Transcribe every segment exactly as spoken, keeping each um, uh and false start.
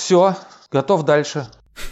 все, готов дальше.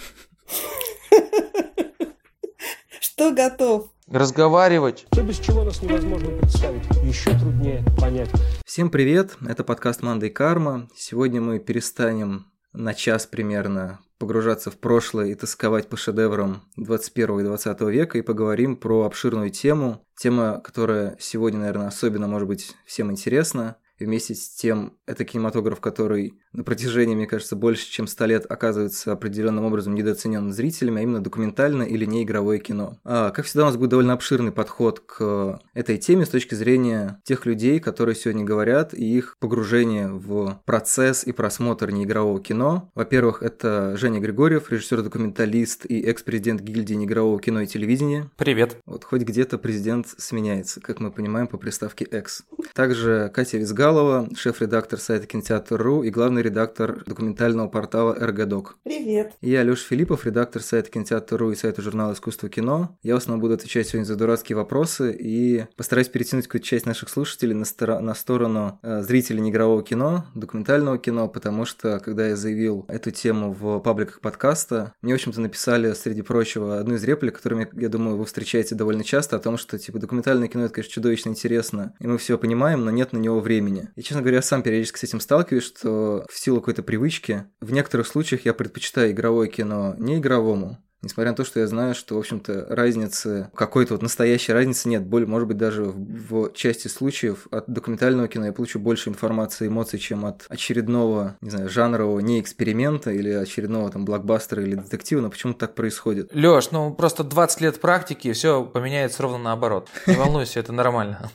Что готов? Разговаривать. То, без чего нас невозможно представить. Еще труднее понять. Всем привет, это подкаст «Манда и Карма». Сегодня мы перестанем на час примерно погружаться в прошлое и тосковать по шедеврам двадцать первого и двадцатого века и поговорим про обширную тему. Тема, которая сегодня, наверное, особенно, может быть, всем интересна. И вместе с тем, это кинематограф, который на протяжении, мне кажется, больше чем ста лет оказывается определенным образом недооценен зрителями, а именно документальное или неигровое кино. А, как всегда, у нас будет довольно обширный подход к этой теме с точки зрения тех людей, которые сегодня говорят, и их погружение в процесс и просмотр неигрового кино. Во-первых, это Женя Григорьев, режиссер-документалист и экс-президент гильдии неигрового кино и телевидения. Привет. Вот хоть где-то президент сменяется, как мы понимаем, по приставке «экс». Также Катя Визгалова, шеф-редактор сайта кинотеатр точка ру и главный редактор документального портала эр джи док. Привет. И я, Лёша Филиппов, редактор сайта кинотеатр точка ру и сайта журнала «Искусство кино». Я в основном буду отвечать сегодня за дурацкие вопросы и постараюсь перетянуть какую-то часть наших слушателей на, стор- на сторону э, зрителей неигрового кино, документального кино, потому что, когда я заявил эту тему в пабликах подкаста, мне, в общем-то, написали, среди прочего, одну из реплик, которую, я думаю, вы встречаете довольно часто, о том, что, типа, документальное кино — это, конечно, чудовищно интересно, и мы все понимаем, но нет на него времени. И, честно говоря, я сам периодически с этим сталкиваюсь, что в силу какой-то привычки, в некоторых случаях я предпочитаю игровое кино не игровому, несмотря на то, что я знаю, что, в общем-то, разницы, какой-то вот настоящей разницы нет. Более, может быть, даже в, в части случаев от документального кино я получу больше информации и эмоций, чем от очередного, не знаю, жанрового не эксперимента или очередного там блокбастера или детектива, но почему так происходит? Лёш, ну просто двадцать лет практики, и все поменяется ровно наоборот. Не волнуйся, это нормально.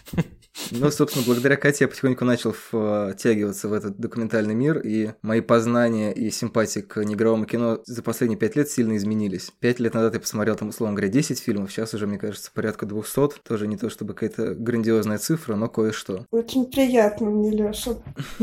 Ну, собственно, благодаря Кате я потихоньку начал втягиваться в этот документальный мир, и мои познания и симпатии к неигровому кино за последние пять лет сильно изменились. Пять лет назад я посмотрел, там, условно говоря, десять фильмов, сейчас уже, мне кажется, порядка двухсот. Тоже не то чтобы какая-то грандиозная цифра, но кое-что. Очень приятно мне, Лёша.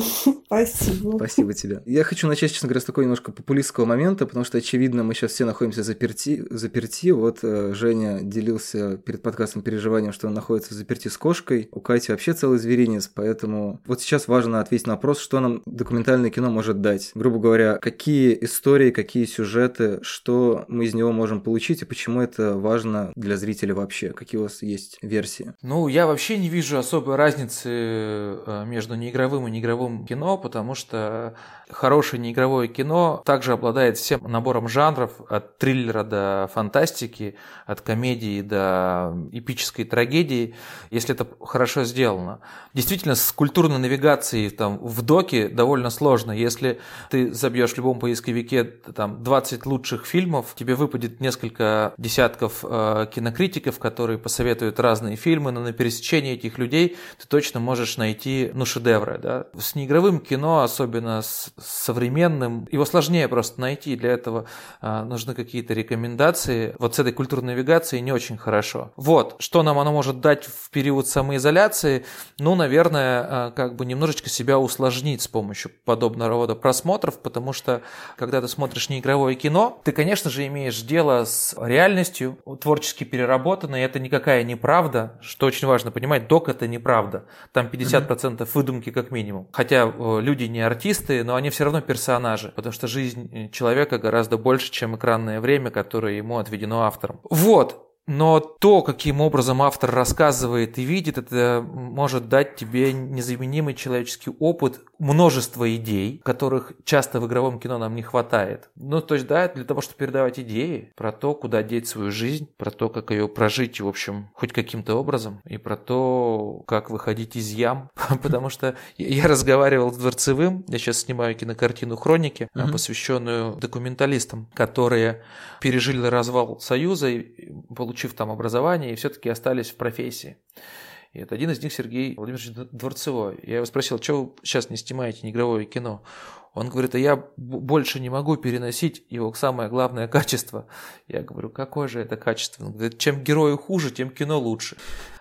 Спасибо. Спасибо тебе. Я хочу начать, честно говоря, с такого немножко популистского момента, потому что, очевидно, мы сейчас все находимся заперти. заперти. Вот э, Женя делился перед подкастом переживанием, что он находится в заперти с кошкой. У Кати вообще целый зверинец, поэтому вот сейчас важно ответить на вопрос, что нам документальное кино может дать. Грубо говоря, какие истории, какие сюжеты, что мы из него можем получить и почему это важно для зрителя вообще. Какие у вас есть версии? Ну, я вообще не вижу особой разницы между неигровым и неигровым кино, потому что хорошее неигровое кино также обладает всем набором жанров, от триллера до фантастики, от комедии до эпической трагедии, если это хорошо сделано. Действительно, с культурной навигацией там, в доке довольно сложно. Если ты забьешь в любом поисковике там, двадцать лучших фильмов, тебе выпадет несколько десятков э, кинокритиков, которые посоветуют разные фильмы, но на пересечении этих людей ты точно можешь найти ну, шедевры. Да? С неигровым кино, особенно с современным, его сложнее просто найти. Для этого э, нужны какие-то рекомендации. Вот с этой культурной навигацией не очень хорошо. Вот, что нам оно может дать в период самоизоляции? Ну, наверное, как бы немножечко себя усложнить с помощью подобного рода просмотров, потому что, когда ты смотришь неигровое кино, ты, конечно же, имеешь дело с реальностью, творчески переработанной, это никакая не правда, что очень важно понимать, док — это неправда, там пятьдесят процентов выдумки как минимум. Хотя люди не артисты, но они все равно персонажи, потому что жизнь человека гораздо больше, чем экранное время, которое ему отведено автором. Вот. Но то, каким образом автор рассказывает и видит, это может дать тебе незаменимый человеческий опыт, множество идей, которых часто в игровом кино нам не хватает. Ну, то есть, да, для того, чтобы передавать идеи про то, куда деть свою жизнь, про то, как ее прожить, в общем, хоть каким-то образом, и про то, как выходить из ям. Потому что я разговаривал с Дворцевым, я сейчас снимаю кинокартину «Хроники», mm-hmm. посвященную документалистам, которые пережили развал Союза и получив там образование, и все-таки остались в профессии. И это один из них Сергей Владимирович Дворцевой. Я его спросил, что вы сейчас не снимаете неигровое кино? Он говорит, а я больше не могу переносить его самое главное качество. Я говорю, какое же это качество? Он говорит, чем герою хуже, тем кино лучше.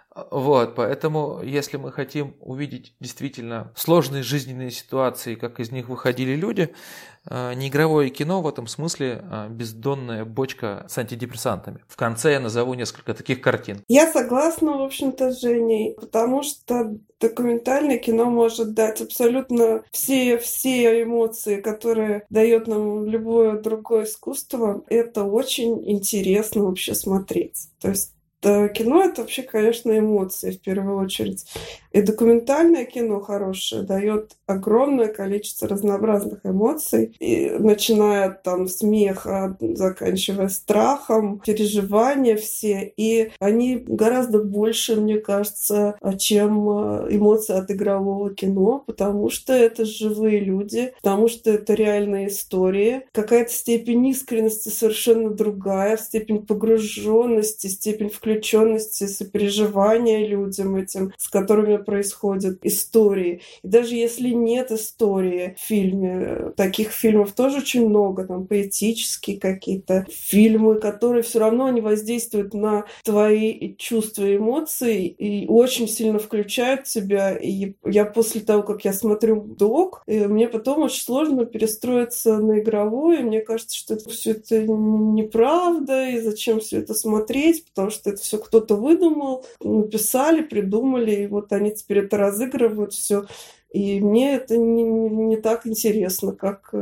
Вот, поэтому, если мы хотим увидеть действительно сложные жизненные ситуации, как из них выходили люди, неигровое кино в этом смысле бездонная бочка с антидепрессантами. В конце я назову несколько таких картин. Я согласна, в общем-то, с Женей, потому что документальное кино может дать абсолютно все, все эмоции, которые дает нам любое другое искусство. Это очень интересно вообще смотреть. То есть кино — это вообще, конечно, эмоции в первую очередь. И документальное кино хорошее дает огромное количество разнообразных эмоций, и начиная от там смеха, заканчивая страхом, переживания все. И они гораздо больше, мне кажется, чем эмоции от игрового кино, потому что это живые люди, потому что это реальные истории. Какая-то степень искренности совершенно другая, степень погруженности, степень включения, включенности, сопереживания людям этим, с которыми происходят истории. И даже если нет истории в фильме, таких фильмов тоже очень много, там поэтические какие-то фильмы, которые все равно они воздействуют на твои чувства и эмоции и очень сильно включают тебя. И я после того, как я смотрю док, мне потом очень сложно перестроиться на игровое. Мне кажется, что это, все это неправда, и зачем все это смотреть, потому что это все кто-то выдумал, написали, придумали, и вот они теперь это разыгрывают все. И мне это не, не так интересно, как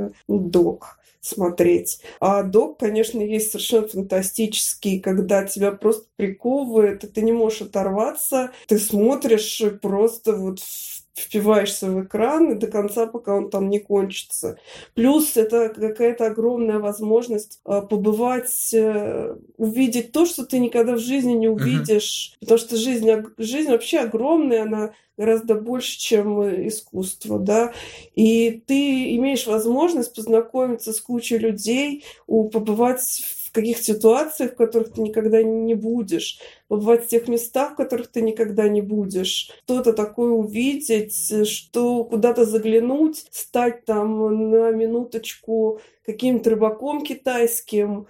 док смотреть. А док, конечно, есть совершенно фантастический, когда тебя просто приковывает, и ты не можешь оторваться, ты смотришь просто вот впиваешься в экран и до конца, пока он там не кончится. Плюс это какая-то огромная возможность э, побывать, э, увидеть то, что ты никогда в жизни не увидишь. Uh-huh. Потому что жизнь, жизнь вообще огромная, она гораздо больше, чем искусство, да. И ты имеешь возможность познакомиться с кучей людей, побывать в каких-то ситуациях, в которых ты никогда не будешь, побывать в тех местах, в которых ты никогда не будешь, что-то такое увидеть, что куда-то заглянуть, стать там на минуточку каким-то рыбаком китайским,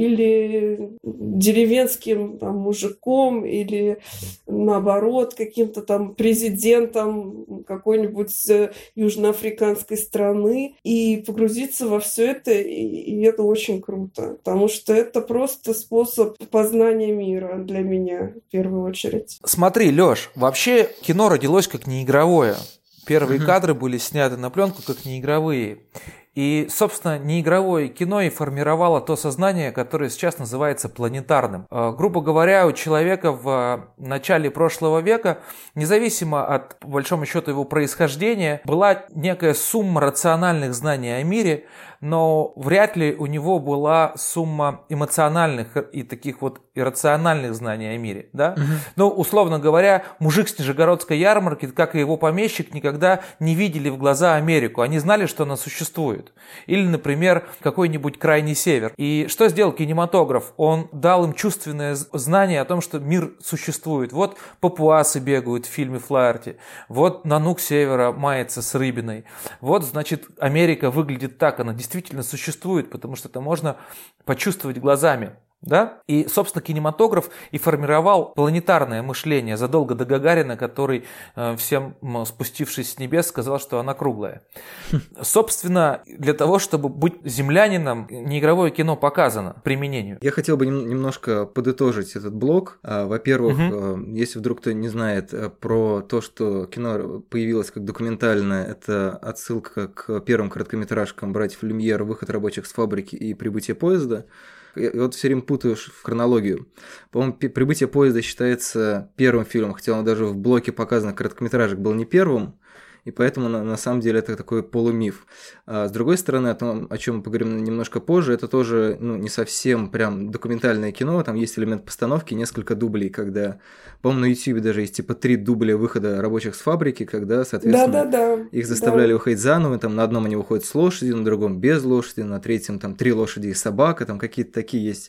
или деревенским там, мужиком, или наоборот каким-то там президентом какой-нибудь южноафриканской страны, и погрузиться во все это, и, и это очень круто, потому что это просто способ познания мира для меня в первую очередь. Смотри, Лёш, вообще кино родилось как неигровое. Первые mm-hmm. кадры были сняты на пленку как неигровые. И, собственно, неигровое кино и формировало то сознание, которое сейчас называется планетарным. Грубо говоря, у человека в начале прошлого века, независимо от, по большому счету, его происхождения, была некая сумма рациональных знаний о мире, но вряд ли у него была сумма эмоциональных и таких вот иррациональных знаний о мире. Да? Угу. Ну, условно говоря, мужик с Нижегородской ярмарки, как и его помещик, никогда не видели в глаза Америку. Они знали, что она существует. Или, например, какой-нибудь крайний север. И что сделал кинематограф? Он дал им чувственное знание о том, что мир существует. Вот папуасы бегают в фильме «Флаерти». Вот Нанук севера мается с рыбиной. Вот, значит, Америка выглядит так. Она действительно существует, потому что это можно почувствовать глазами. Да? И, собственно, кинематограф и формировал планетарное мышление задолго до Гагарина, который, всем спустившись с небес, сказал, что она круглая. Собственно, для того, чтобы быть землянином, неигровое кино показано применению. Я хотел бы немножко подытожить этот блок. Во-первых, угу. если вдруг кто не знает про то, что кино появилось как документальное, это отсылка к первым короткометражкам братьев Люмьер «Выход рабочих с фабрики» и «Прибытие поезда». Я вот все время путаю в хронологию. По-моему, «Прибытие поезда» считается первым фильмом, хотя он даже в блоке показанных короткометражек был не первым, и поэтому на, на самом деле это такой полумиф. А с другой стороны, о том, о чем мы поговорим немножко позже, это тоже ну, не совсем прям документальное кино, там есть элемент постановки, несколько дублей, когда, по-моему, на YouTube даже есть типа три дубля выхода рабочих с фабрики, когда, соответственно, да, да, да. их заставляли да. выходить заново, там на одном они выходят с лошадью, на другом без лошади, на третьем там три лошади и собака, там какие-то такие есть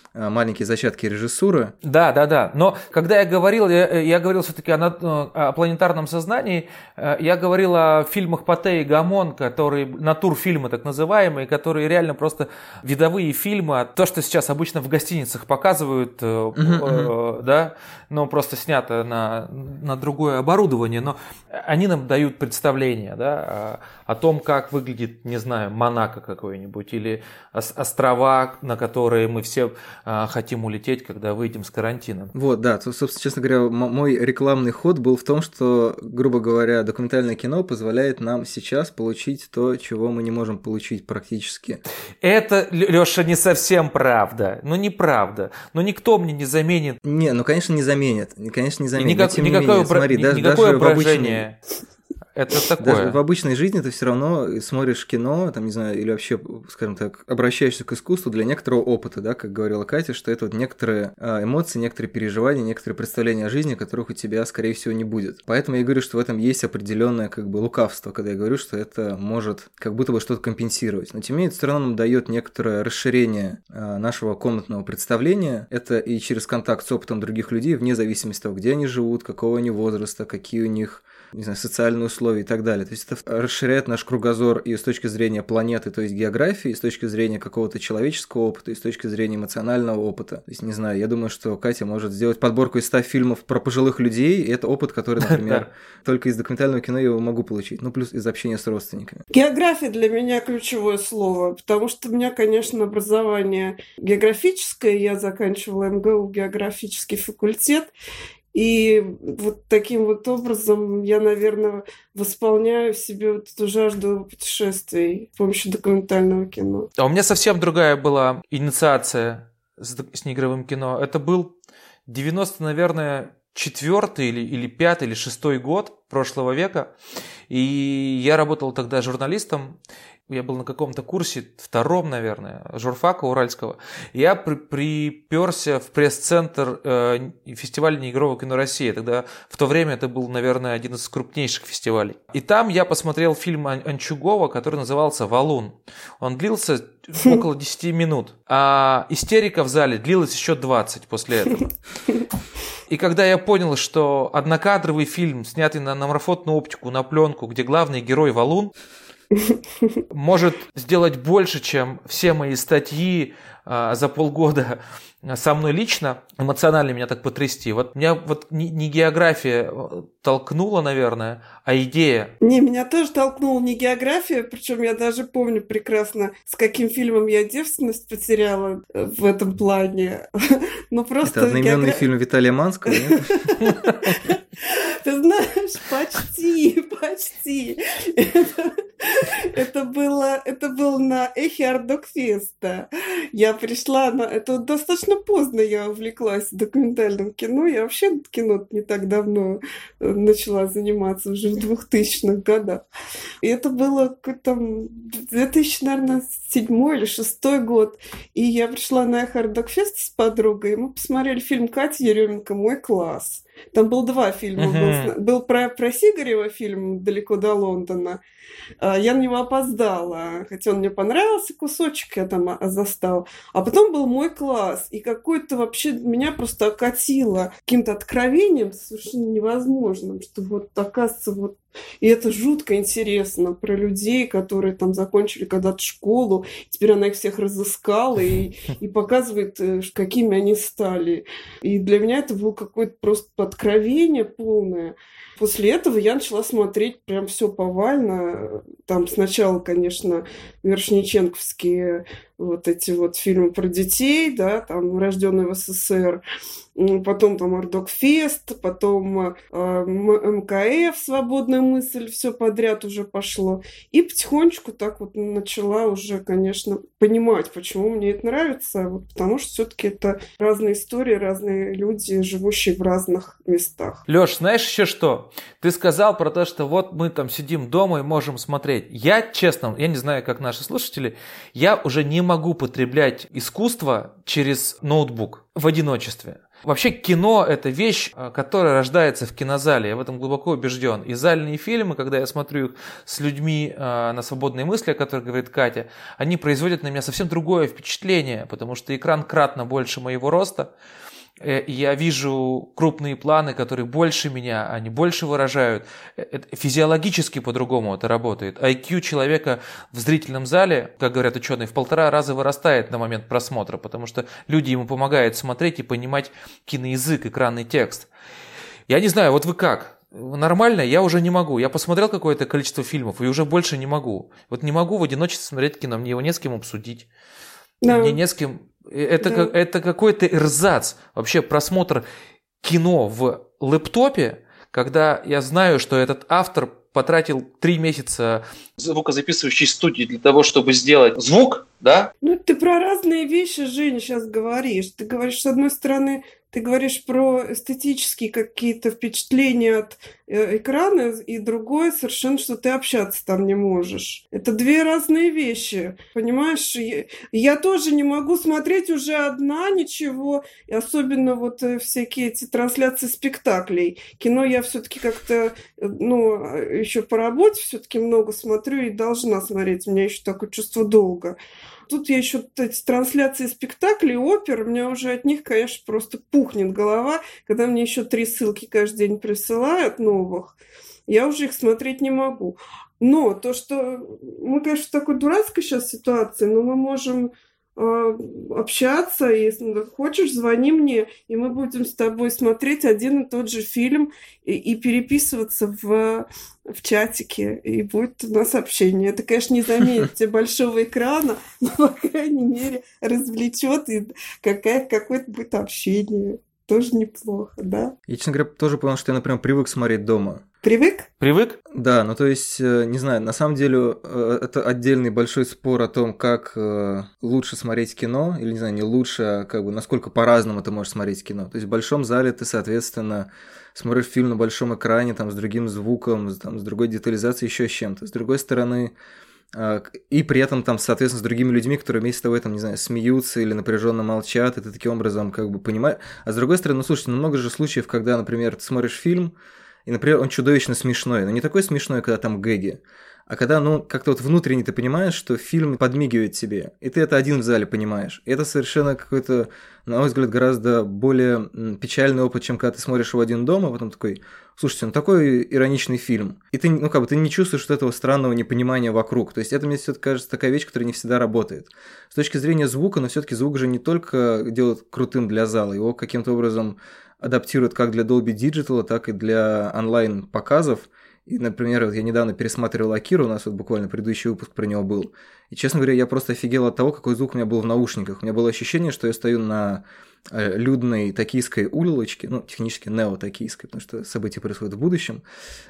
маленькие зачатки режиссуры. Да, да, да. Но когда я говорил, я, я говорил все-таки о, о планетарном сознании, я говорил о фильмах Патте и Гамон, которые натурфильмы так называемые, которые реально просто видовые фильмы. То, что сейчас обычно в гостиницах показывают, uh-huh, uh-huh. да, но просто снято на, на другое оборудование, но они нам дают представление, да, о, о том, как выглядит, не знаю, Монако какой-нибудь или острова, на которые мы все а, хотим улететь, когда выйдем с карантина. Вот, да, то, собственно, честно говоря, м- мой рекламный ход был в том, что, грубо говоря, документальное кино позволяет нам сейчас получить то, чего мы не можем получить практически. Это, Лёша, не совсем правда. Ну, неправда. Ну, никто мне не заменит. Не, ну, конечно, не заменит. Конечно, не заменит. Никак, но, тем никакое не менее, бра... смотри, даже, никакое даже брожение. Это такое. Даже в обычной жизни ты все равно смотришь кино, там, не знаю, или вообще, скажем так, обращаешься к искусству для некоторого опыта, да, как говорила Катя, что это вот некоторые эмоции, некоторые переживания, некоторые представления о жизни, которых у тебя, скорее всего, не будет. Поэтому я говорю, что в этом есть определенное, как бы, лукавство, когда я говорю, что это может как будто бы что-то компенсировать. Но тем не менее, это все равно нам дает некоторое расширение нашего комнатного представления. Это и через контакт с опытом других людей, вне зависимости от того, где они живут, какого они возраста, какие у них, не знаю, социальные условия и так далее. То есть это расширяет наш кругозор и с точки зрения планеты, то есть географии, и с точки зрения какого-то человеческого опыта, и с точки зрения эмоционального опыта. То есть, не знаю, я думаю, что Катя может сделать подборку из ста фильмов про пожилых людей, и это опыт, который, например, только из документального кино я могу получить, ну, плюс из общения с родственниками. География для меня ключевое слово, потому что у меня, конечно, образование географическое, я заканчивала эм гэ у географический факультет, и вот таким вот образом я, наверное, восполняю в себе вот эту жажду путешествий с помощью документального кино. А у меня совсем другая была инициация с, с неигровым кино. Это был девяносто, наверное, четвертый или, или пятый, или шестой год прошлого века. И я работал тогда журналистом. Я был на каком-то курсе, втором, наверное, журфака уральского. Я при, приперся в пресс-центр э, фестиваля неигрового кино России. Тогда в то время это был, наверное, один из крупнейших фестивалей. И там я посмотрел фильм Анчугова, который назывался «Валун». Он длился около десять минут, а истерика в зале длилась еще двадцать после этого. И когда я понял, что однокадровый фильм, снятый на, на марафонную оптику, на пленку, где главный герой Валун, может сделать больше, чем все мои статьи а, за полгода со мной лично, эмоционально меня так потрясти. Вот меня вот не, не география толкнула, наверное, а идея. Не, меня тоже толкнула не география, причем я даже помню прекрасно, с каким фильмом я девственность потеряла в этом плане. Но просто это одноименный географ... фильм Виталия Манского, нет? Ты знаешь, почти, почти. Это, это было, это было на эхе Ардокфеста. Я пришла на... Это достаточно поздно я увлеклась документальным кино. Я вообще кино не так давно начала заниматься, уже в двухтысячных годах. И это было какой-то две тысячи, наверное, седьмой или шестой год. И я пришла на эхо Ардокфеста с подругой, и мы посмотрели фильм Кати Еременко «Мой класс». Там было два фильма. Uh-huh. Был, был про, про Сигарева фильм «Далеко до Лондона». Я на него опоздала, хотя он мне понравился, кусочек я там застала. А потом был «Мой класс», и какой-то вообще меня просто окатило каким-то откровением совершенно невозможным, что вот, оказывается, вот. И это жутко интересно про людей, которые там закончили когда-то школу, теперь она их всех разыскала и, и показывает, какими они стали. И для меня это было какое-то просто откровение полное. После этого я начала смотреть прям все повально. Там сначала, конечно, вершниченковские вот эти вот фильмы про детей, да, там «Рожденный в эс эс эр», потом там Ардокфест, потом э, эм ка эф, «Свободная мысль», все подряд уже пошло. И потихонечку так вот начала уже, конечно, понимать, почему мне это нравится, вот потому что все-таки это разные истории, разные люди, живущие в разных местах. Лёш, знаешь еще что? Ты сказал про то, что вот мы там сидим дома и можем смотреть. Я, честно, я не знаю, как наши слушатели, я уже не могу потреблять искусство через ноутбук в одиночестве. Вообще кино – это вещь, которая рождается в кинозале, я в этом глубоко убежден. И зальные фильмы, когда я смотрю их с людьми на свободные мысли, о которых говорит Катя, они производят на меня совсем другое впечатление, потому что экран кратно больше моего роста. Я вижу крупные планы, которые больше меня, они больше выражают. Физиологически по-другому это работает. ай кью человека в зрительном зале, как говорят ученые, в полтора раза вырастает на момент просмотра, потому что люди ему помогают смотреть и понимать киноязык, экранный текст. Я не знаю, вот вы как? Нормально? Я уже не могу. Я посмотрел какое-то количество фильмов и уже больше не могу. Вот не могу в одиночестве смотреть кино, мне его не с кем обсудить. Да. Мне не с кем... Это, да. это какой-то эрзац. Вообще просмотр кино в лэптопе, когда я знаю, что этот автор потратил три месяца звукозаписывающей студии для того, чтобы сделать звук, да? Ну, ты про разные вещи, Женя, сейчас говоришь. Ты говоришь, с одной стороны, ты говоришь про эстетические какие-то впечатления от э, экрана, и другое совершенно, что ты общаться там не можешь. Это две разные вещи, понимаешь? Я, я тоже не могу смотреть уже одна ничего, и особенно вот э, всякие эти трансляции спектаклей. Кино я все-таки как-то, э, ну, еще по работе все-таки много смотрю и должна смотреть. У меня еще такое чувство долга. Тут я еще эти трансляции спектаклей, опер, у меня уже от них, конечно, просто пухнет голова, когда мне еще три ссылки каждый день присылают новых, я уже их смотреть не могу. Но то, что мы, конечно, в такой дурацкой сейчас ситуации, но мы можем э, общаться, если хочешь, звони мне, и мы будем с тобой смотреть один и тот же фильм и, и переписываться в... в чатике, и будет у нас общение. Это, конечно, не заменит тебе большого экрана, но, по крайней мере, развлечет, и какая, какое-то будет общение. Тоже неплохо, да? Я, честно говоря, тоже понял, что я, например, привык смотреть дома. Привык? Привык? Да, ну то есть, не знаю, на самом деле это отдельный большой спор о том, как лучше смотреть кино, или, не знаю, не лучше, а как бы насколько по-разному ты можешь смотреть кино. То есть в большом зале ты, соответственно, смотришь фильм на большом экране, там, с другим звуком, там, с другой детализацией, еще с чем-то. С другой стороны, и при этом там, соответственно, с другими людьми, которые вместе с тобой, там, не знаю, смеются или напряженно молчат, и ты таким образом как бы понимаешь. А с другой стороны, ну, слушайте, ну, много же случаев, когда, например, ты смотришь фильм, и, например, он чудовищно смешной, но не такой смешной, когда там гэги, а когда, ну, как-то вот внутренне ты понимаешь, что фильм подмигивает тебе, и ты это один в зале понимаешь. И это совершенно какой-то, на мой взгляд, гораздо более печальный опыт, чем когда ты смотришь его один дома, а потом такой, слушайте, ну такой ироничный фильм. И ты, ну, как бы, ты не чувствуешь вот этого странного непонимания вокруг. То есть это мне все-таки кажется такая вещь, которая не всегда работает. С точки зрения звука, но все-таки звук же не только делает крутым для зала, его каким-то образом адаптируют как для Dolby Digital, так и для онлайн-показов. И, например, вот я недавно пересматривал Акиру, у нас вот буквально предыдущий выпуск про него был. И, честно говоря, я просто офигел от того, какой звук у меня был в наушниках. У меня было ощущение, что я стою на людной токийской улочке, ну, технически нео-токийской, потому что события происходят в будущем.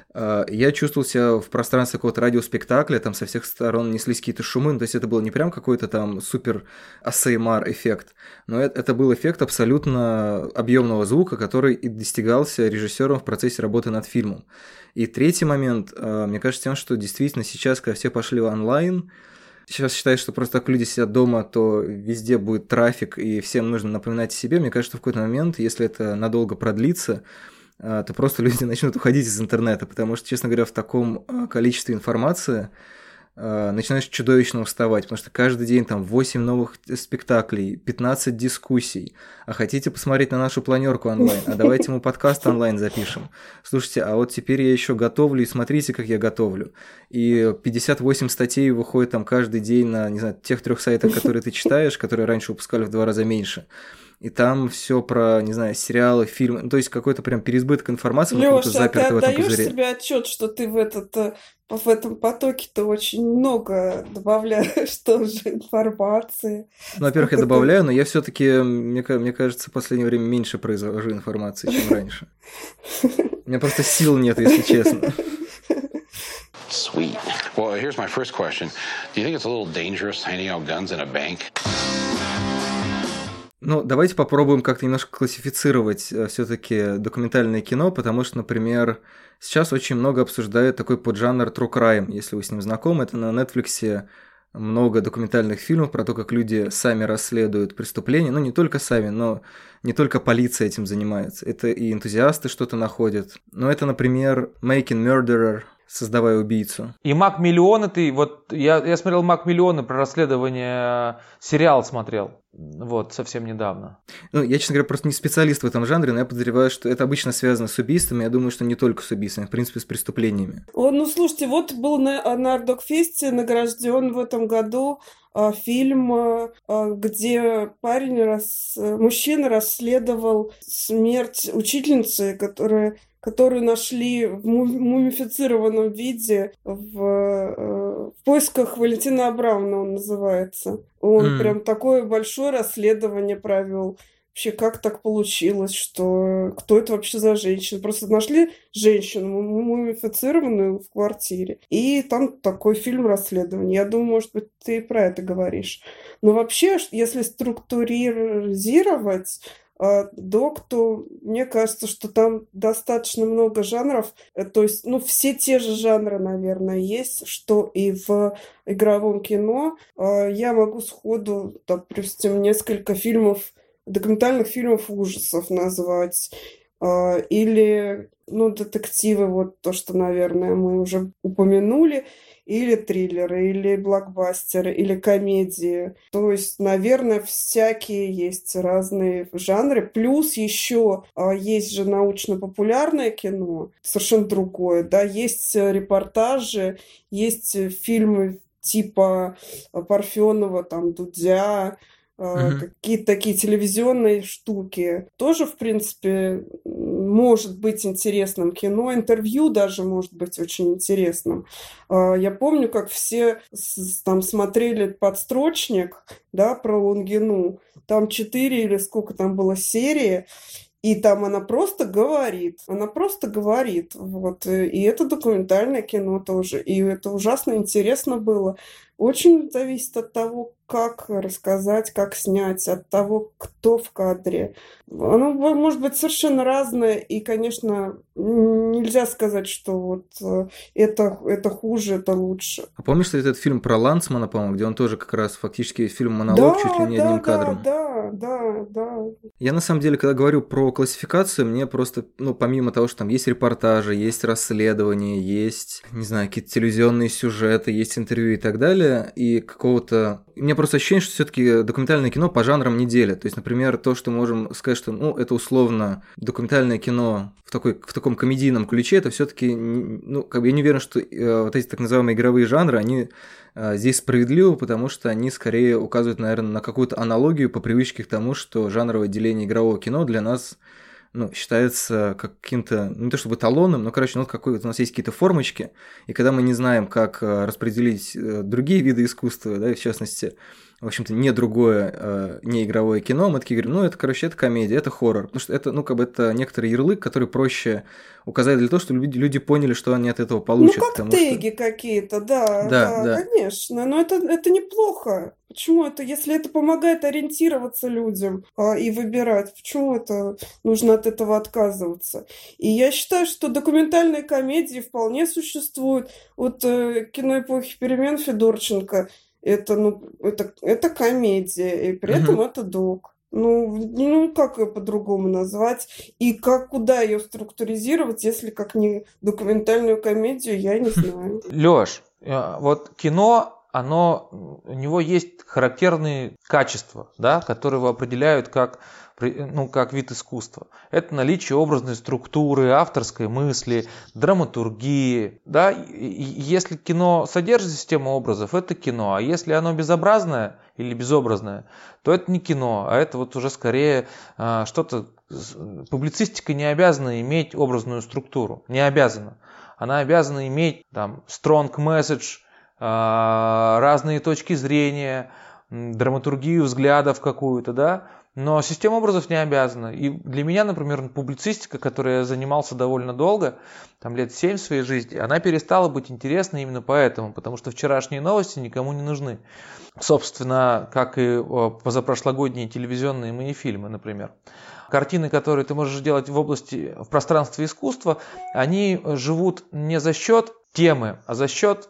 Я чувствовал себя в пространстве какого-то радиоспектакля, там со всех сторон неслись какие-то шумы, то есть это был не прям какой-то там супер эй эс эм ар-эффект, но это, это был эффект абсолютно объемного звука, который и достигался режиссером в процессе работы над фильмом. И третий момент, мне кажется, тем, что действительно сейчас, когда все пошли в онлайн, сейчас считаю, что просто так люди сидят дома, то везде будет трафик, и всем нужно напоминать о себе. Мне кажется, что в какой-то момент, если это надолго продлится, то просто люди начнут уходить из интернета, потому что, честно говоря, в таком количестве информации начинаешь чудовищно уставать, потому что каждый день там восемь новых спектаклей, пятнадцать дискуссий, а хотите посмотреть на нашу планерку онлайн, а давайте мы подкаст онлайн запишем. Слушайте, а вот теперь я еще готовлю, и смотрите, как я готовлю. И пятьдесят восемь статей выходит там каждый день на, не знаю, тех трех сайтах, которые ты читаешь, которые раньше выпускали в два раза меньше. И там все про, не знаю, сериалы, фильмы, ну, то есть какой-то прям переизбыток информации. Лёша, а ты отдаёшь себе отчет, что ты в этот в этом потоке-то очень много добавляешь тоже информации. Ну, во-первых, я добавляю, но я все-таки, мне, мне кажется, в последнее время меньше произвожу информации, чем раньше. У меня просто сил нет, если честно. Sweet. Well, here's my first question. Do you think it's a little dangerous handing out guns in a bank? Ну, давайте попробуем как-то немножко классифицировать все-таки документальное кино, потому что, например, сейчас очень много обсуждают такой поджанр true crime, если вы с ним знакомы. Это на Netflix много документальных фильмов про то, как люди сами расследуют преступления. Ну, не только сами, но не только полиция этим занимается. Это и энтузиасты что-то находят. Но это, например, Making Murderer, создавая убийцу. И Макмиллионы ты, вот я, я смотрел Макмиллионы про расследование, сериал смотрел, вот, совсем недавно. Ну, я, честно говоря, просто не специалист в этом жанре, но я подозреваю, что это обычно связано с убийствами, я думаю, что не только с убийствами, в принципе, с преступлениями. О, ну, слушайте, вот был на, на Ардокфесте награжден в этом году а, фильм, а, где парень, рас, мужчина расследовал смерть учительницы, которая... которую нашли в мумифицированном виде в, в поисках Валентина Абрамовна, он называется. Он mm. прям такое большое расследование провел. Вообще, как так получилось, что кто это вообще за женщина? Просто нашли женщину мумифицированную в квартире. И там такой фильм расследования. Я думаю, может быть, ты и про это говоришь. Но вообще, если структуризировать Док, то мне кажется, что там достаточно много жанров, то есть, ну, все те же жанры, наверное, есть, что и в игровом кино. Я могу сходу, допустим, несколько фильмов, документальных фильмов ужасов назвать, или, ну, детективы, вот то, что, наверное, мы уже упомянули, или триллеры, или блокбастеры, или комедии. То есть, наверное, всякие есть разные жанры. Плюс еще а, есть же научно-популярное кино, совершенно другое, да, есть репортажи, есть фильмы типа Парфенова, там, Дудя, Uh-huh. какие-то такие телевизионные штуки. Тоже, в принципе, может быть интересным кино. Интервью даже может быть очень интересным. Я помню, как все там смотрели «Подстрочник», да, про Лунгину. Там четыре или сколько там было серии. И там она просто говорит. Она просто говорит. Вот. И это документальное кино тоже. И это ужасно интересно было. Очень зависит от того, как рассказать, как снять, от того, кто в кадре. Оно может быть совершенно разное, и, конечно, нельзя сказать, что вот это, это хуже, это лучше. А помнишь этот фильм про Ланцмана, по-моему, где он тоже как раз фактически фильм-монолог, да, чуть ли не да, одним да, кадром? Да, да, да. Я, на самом деле, когда говорю про классификацию, мне просто, ну, помимо того, что там есть репортажи, есть расследования, есть, не знаю, какие-то телевизионные сюжеты, есть интервью и так далее, и какого-то... У меня просто ощущение, что все-таки документальное кино по жанрам не делят. То есть, например, то, что можем сказать, что, ну, это условно документальное кино в, такой, в таком комедийном ключе, это все-таки, ну, как бы я не уверен, что э, вот эти так называемые игровые жанры, они э, здесь справедливы, потому что они скорее указывают, наверное, на какую-то аналогию по привычке к тому, что жанровое деление игрового кино для нас, ну, считается каким-то, ну, не то чтобы эталоном, но, короче, ну, какой-то у нас есть какие-то формочки, и когда мы не знаем, как распределить другие виды искусства, да, и в частности, в общем-то, не другое, не игровое кино, мы такие говорим, ну, это, короче, это комедия, это хоррор, потому что это, ну, как бы это некоторый ярлык, который проще указать для того, чтобы люди, люди поняли, что они от этого получат. Ну, как теги что... какие-то, да, да, да, конечно, но это, это неплохо. Почему это, если это помогает ориентироваться людям а, и выбирать, почему это нужно от этого отказываться? И я считаю, что документальные комедии вполне существуют. Вот э, кино эпохи перемен Федорченко, это, ну, это, это комедия, и при этом uh-huh. это док. Ну, ну, как ее по-другому назвать? И как, куда ее структуризировать, если как не документальную комедию, я не знаю. Лёш, вот кино... Оно, у него есть характерные качества, да, которые его определяют как, ну, как вид искусства. Это наличие образной структуры, авторской мысли, драматургии. Да? И если кино содержит систему образов, это кино. А если оно безобразное или безобразное, то это не кино, а это вот уже скорее а, что-то... Публицистика не обязана иметь образную структуру. Не обязана. Она обязана иметь там strong message, разные точки зрения, драматургию взглядов какую-то, да, но система образов не обязана. И для меня, например, публицистика, которой я занимался довольно долго, там лет семь в своей жизни, она перестала быть интересной именно поэтому, потому что вчерашние новости никому не нужны. Собственно, как и позапрошлогодние телевизионные мои фильмы, например. Картины, которые ты можешь делать в области, в пространстве искусства, они живут не за счет темы, а за счет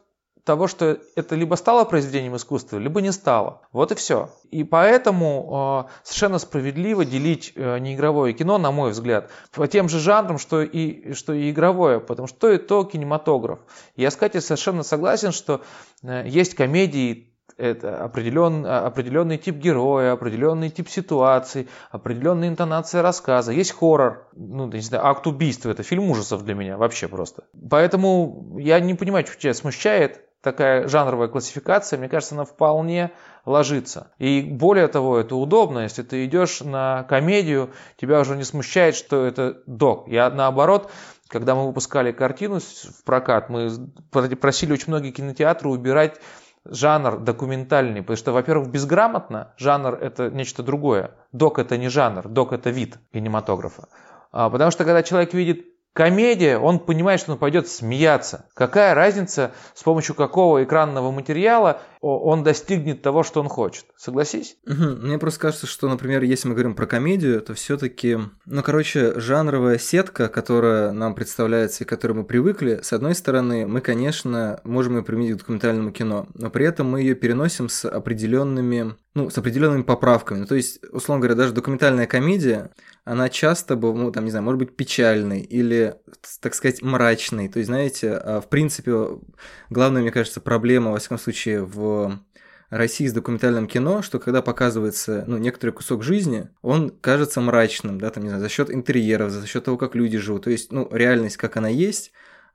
того, что это либо стало произведением искусства, либо не стало. Вот и все. И поэтому э, совершенно справедливо делить э, неигровое кино, на мой взгляд, по тем же жанрам, что и, что и игровое, потому что то и то кинематограф. Я с Катей совершенно согласен, что э, есть комедии, это определен, определенный тип героя, определенный тип ситуаций, определенная интонация рассказа. Есть хоррор, ну, не знаю, «Акт убийства» — это фильм ужасов для меня вообще просто. Поэтому я не понимаю, что тебя смущает такая жанровая классификация. Мне кажется, она вполне ложится. И более того, это удобно. Если ты идешь на комедию, тебя уже не смущает, что это док. Я наоборот... Когда мы выпускали картину в прокат, мы просили очень многие кинотеатры убирать жанр документальный, потому что, во-первых, безграмотно, жанр — это нечто другое. Док — это не жанр, док — это вид кинематографа. А, потому что, когда человек видит комедия, он понимает, что он пойдет смеяться. Какая разница, с помощью какого экранного материала он достигнет того, что он хочет. Согласись? Угу. Мне просто кажется, что, например, если мы говорим про комедию, то все-таки, ну, короче, жанровая сетка, которая нам представляется и к которой мы привыкли, с одной стороны, мы, конечно, можем ее применить к документальному кино, но при этом мы ее переносим с определенными, ну, с определенными поправками. Ну, то есть, условно говоря, даже документальная комедия, она часто, ну, там, не знаю, может быть печальной или, так сказать, мрачной. То есть, знаете, в принципе, главная, мне кажется, проблема, во всяком случае, в России с документальным кино, что когда показывается, ну, некоторый кусок жизни, он кажется мрачным, да, там, не знаю, за счет интерьеров, за счет того, как люди живут. То есть, ну, реальность, как она есть,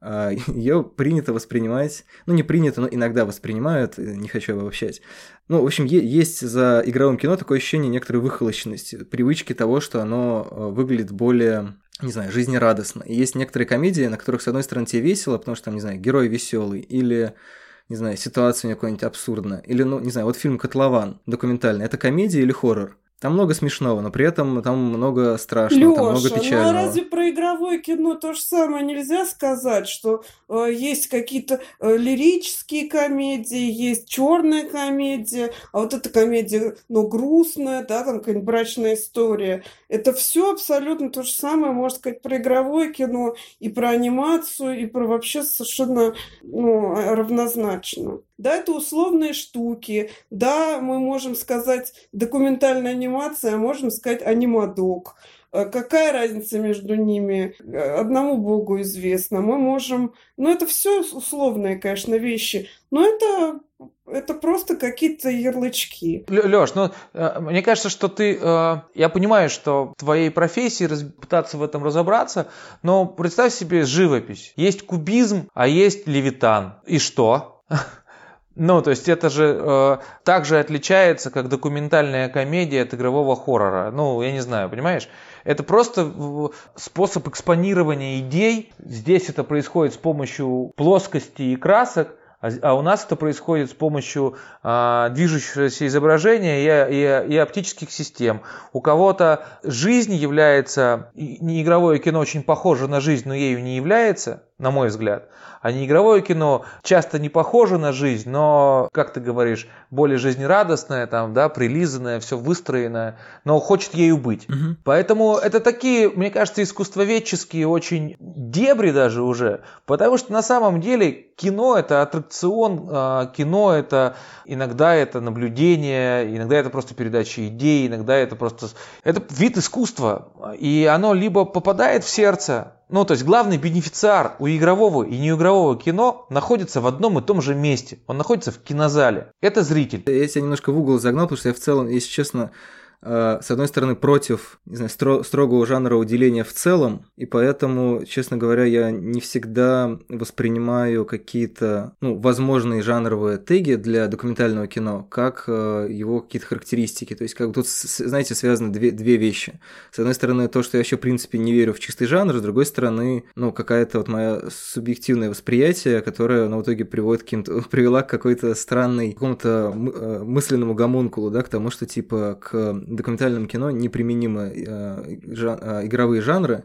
ее принято воспринимать, ну, не принято, но иногда воспринимают, не хочу обобщать. Ну, в общем, есть за игровым кино такое ощущение некоторой выхолощенности, привычки того, что оно выглядит более, не знаю, жизнерадостно. И есть некоторые комедии, на которых, с одной стороны, тебе весело, потому что, там, не знаю, герой веселый, или, не знаю, ситуация у него какая-нибудь абсурдная, или, ну, не знаю, вот фильм «Котлован» документальный, это комедия или хоррор? Там много смешного, но при этом там много страшного, Лёша, там много печального. Ну а разве про игровое кино то же самое нельзя сказать, что э, есть какие-то э, лирические комедии, есть черная комедия, а вот эта комедия, ну, грустная, да, там какая-нибудь брачная история. Это все абсолютно то же самое, можно сказать, про игровое кино, и про анимацию, и про вообще совершенно, ну, равнозначно. Да, это условные штуки, да, мы можем сказать документальная анимация, а можем сказать анимадок. Какая разница между ними? Одному Богу известно. Мы можем... Ну, это все условные, конечно, вещи, но это... Это просто какие-то ярлычки. Лёш, ну, мне кажется, что ты... Я понимаю, что в твоей профессии пытаться в этом разобраться, но представь себе живопись. Есть кубизм, а есть левитан. И что? Ну, то есть это же э, так же отличается, как документальная комедия от игрового хоррора. Ну, я не знаю, понимаешь? Это просто способ экспонирования идей. Здесь это происходит с помощью плоскости и красок, а, а у нас это происходит с помощью э, движущегося изображения и, и, и оптических систем. У кого-то жизнь является, не игровое кино очень похоже на жизнь, но ею не является, на мой взгляд. А не игровое кино часто не похоже на жизнь, но, как ты говоришь, более жизнерадостное, там, да, прилизанное, все выстроенное, но хочет ею быть. Угу. Поэтому это такие, мне кажется, искусствоведческие очень дебри даже уже, потому что на самом деле кино — это аттракцион, кино — это иногда это наблюдение, иногда это просто передача идей, иногда это просто... Это вид искусства, и оно либо попадает в сердце. Ну, то есть главный бенефициар у игрового и неигрового кино находится в одном и том же месте. Он находится в кинозале. Это зритель. Я себя немножко в угол загнал, потому что я в целом, если честно, с одной стороны, против, не знаю, стро- строгого жанрового деления в целом, и поэтому, честно говоря, я не всегда воспринимаю какие-то, ну, возможные жанровые теги для документального кино, как э, его какие-то характеристики. То есть, как тут, знаете, связаны две, две вещи. С одной стороны, то, что я вообще, в принципе, не верю в чистый жанр, с другой стороны, ну, какая-то вот моя субъективное восприятие, которое, ну, в итоге приводит к каким-то, привела к какой-то странной, какому-то мысленному гомункулу, да, к тому, что, типа, к документальном кино неприменимы э, жан, э, игровые жанры,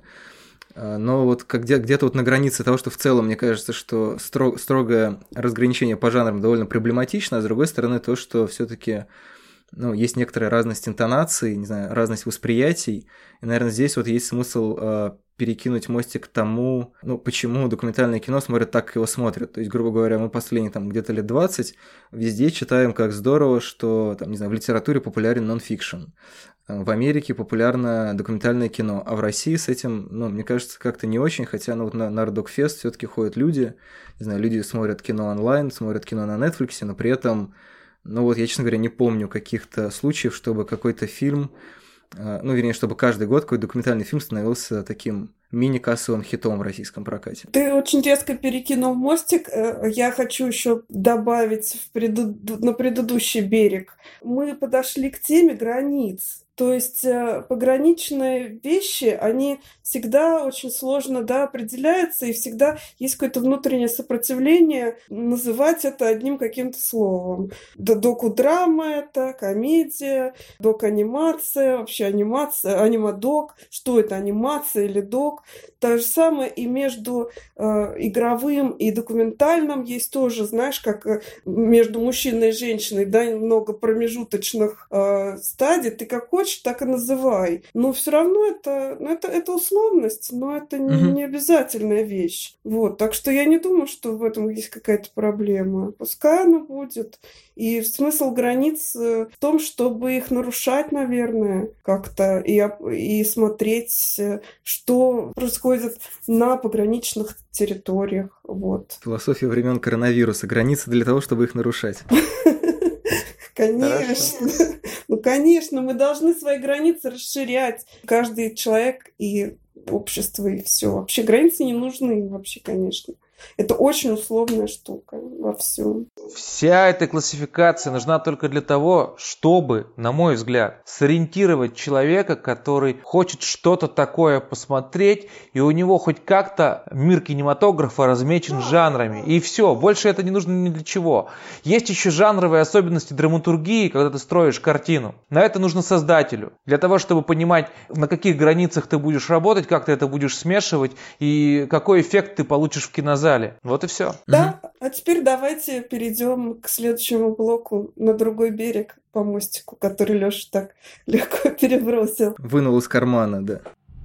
э, но вот как где, где-то вот на границе того, что в целом, мне кажется, что стро, строгое разграничение по жанрам довольно проблематично, а с другой стороны то, что все-таки, ну, есть некоторая разность интонаций, не знаю, разность восприятий, и, наверное, здесь вот есть смысл э, перекинуть мостик к тому, ну, почему документальное кино смотрят так, как его смотрят. То есть, грубо говоря, мы последние там где-то лет двадцать везде читаем, как здорово, что, там, не знаю, в литературе популярен нон-фикшн. В Америке популярно документальное кино, а в России с этим, ну, мне кажется, как-то не очень, хотя, ну, вот на Нардокфест все-таки ходят люди, не знаю, люди смотрят кино онлайн, смотрят кино на Netflix, но при этом, ну, вот я, честно говоря, не помню каких-то случаев, чтобы какой-то фильм, ну, вернее, чтобы каждый год какой-то документальный фильм становился таким мини-кассовым хитом в российском прокате. Ты очень резко перекинул мостик. Я хочу еще добавить в преду... на предыдущий берег. Мы подошли к теме границ. То есть пограничные вещи, они всегда очень сложно, да, определяются, и всегда есть какое-то внутреннее сопротивление называть это одним каким-то словом. Да, доку-драма это, комедия, док-анимация, вообще анимация, анимадок. Что это, анимация или док? То же самое и между э, игровым и документальным есть тоже, знаешь, как э, между мужчиной и женщиной, да, много промежуточных э, стадий. Ты как хочешь, так и называй. Но все равно это, ну, это, это условность, но это не, mm-hmm. не обязательная вещь. Вот. Так что я не думаю, что в этом есть какая-то проблема. Пускай она будет. И смысл границ в том, чтобы их нарушать, наверное, как-то, и, и смотреть, что происходит на пограничных территориях. Вот. Философия времен коронавируса. Границы для того, чтобы их нарушать. Конечно. Ну, конечно, мы должны свои границы расширять. Каждый человек и общество, и все. Вообще границы не нужны, вообще, конечно. Это очень условная штука во всем. Вся эта классификация нужна только для того, чтобы, на мой взгляд, сориентировать человека, который хочет что-то такое посмотреть, и у него хоть как-то мир кинематографа размечен жанрами. И все, больше это не нужно ни для чего. Есть еще жанровые особенности драматургии, когда ты строишь картину. На это нужно создателю. Для того, чтобы понимать, на каких границах ты будешь работать, как ты это будешь смешивать, и какой эффект ты получишь в кинозале. Вот и все. Да, а теперь давайте перейдем к следующему блоку на другой берег по мостику, который Лёша так легко перебросил. Вынул из кармана, да.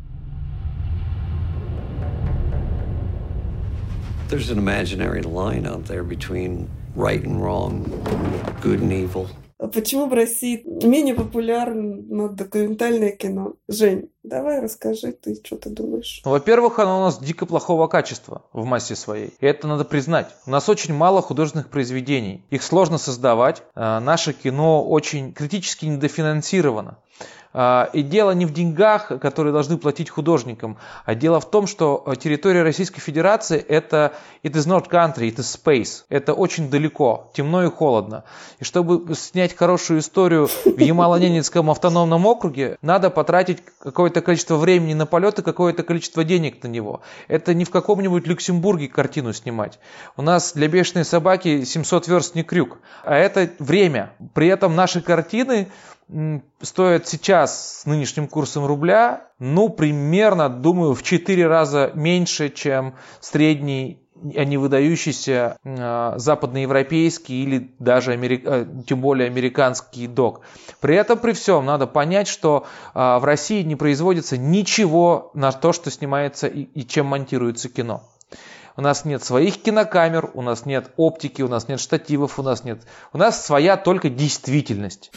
There's an imaginary line out there between right and wrong, good and evil. Почему в России менее популярно документальное кино? Жень, давай расскажи, ты что ты думаешь? Во-первых, оно у нас дико плохого качества в массе своей. И это надо признать. У нас очень мало художественных произведений. Их сложно создавать. Наше кино очень критически недофинансировано. И дело не в деньгах, которые должны платить художникам, а дело в том, что территория Российской Федерации это it is not country, it is space. Это очень далеко, темно и холодно. И чтобы снять хорошую историю в Ямало-Ненецком автономном округе, надо потратить какое-то количество времени на полет и какое-то количество денег на него. Это не в каком-нибудь Люксембурге картину снимать. У нас для «Бешеной собаки» семьсот верст не крюк, а это время. При этом наши картины стоят сейчас с нынешним курсом рубля, ну, примерно, думаю, в четыре раза меньше, чем средний, а не выдающийся э, западноевропейский или даже америк... э, тем более американский док. При этом, при всем, надо понять, что э, в России не производится ничего на то, что снимается и, и чем монтируется кино. У нас нет своих кинокамер, у нас нет оптики, у нас нет штативов, у нас нет... У нас своя только действительность.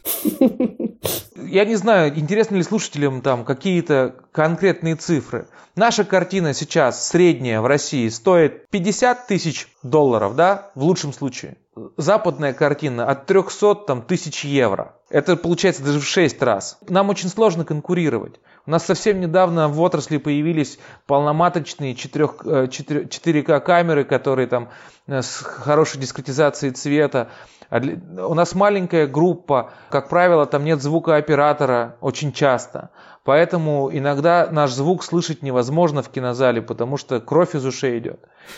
Я не знаю, интересны ли слушателям там какие-то конкретные цифры. Наша картина сейчас средняя в России стоит пятьдесят тысяч долларов, да, в лучшем случае. Западная картина от триста там, тысяч евро. Это получается даже в шесть раз. Нам очень сложно конкурировать. У нас совсем недавно в отрасли появились полноматочные четыре ка камеры, которые там с хорошей дискретизацией цвета. У нас маленькая группа, как правило, там нет звукооператора очень часто. Поэтому иногда наш звук слышать невозможно в кинозале, потому что кровь из ушей идет.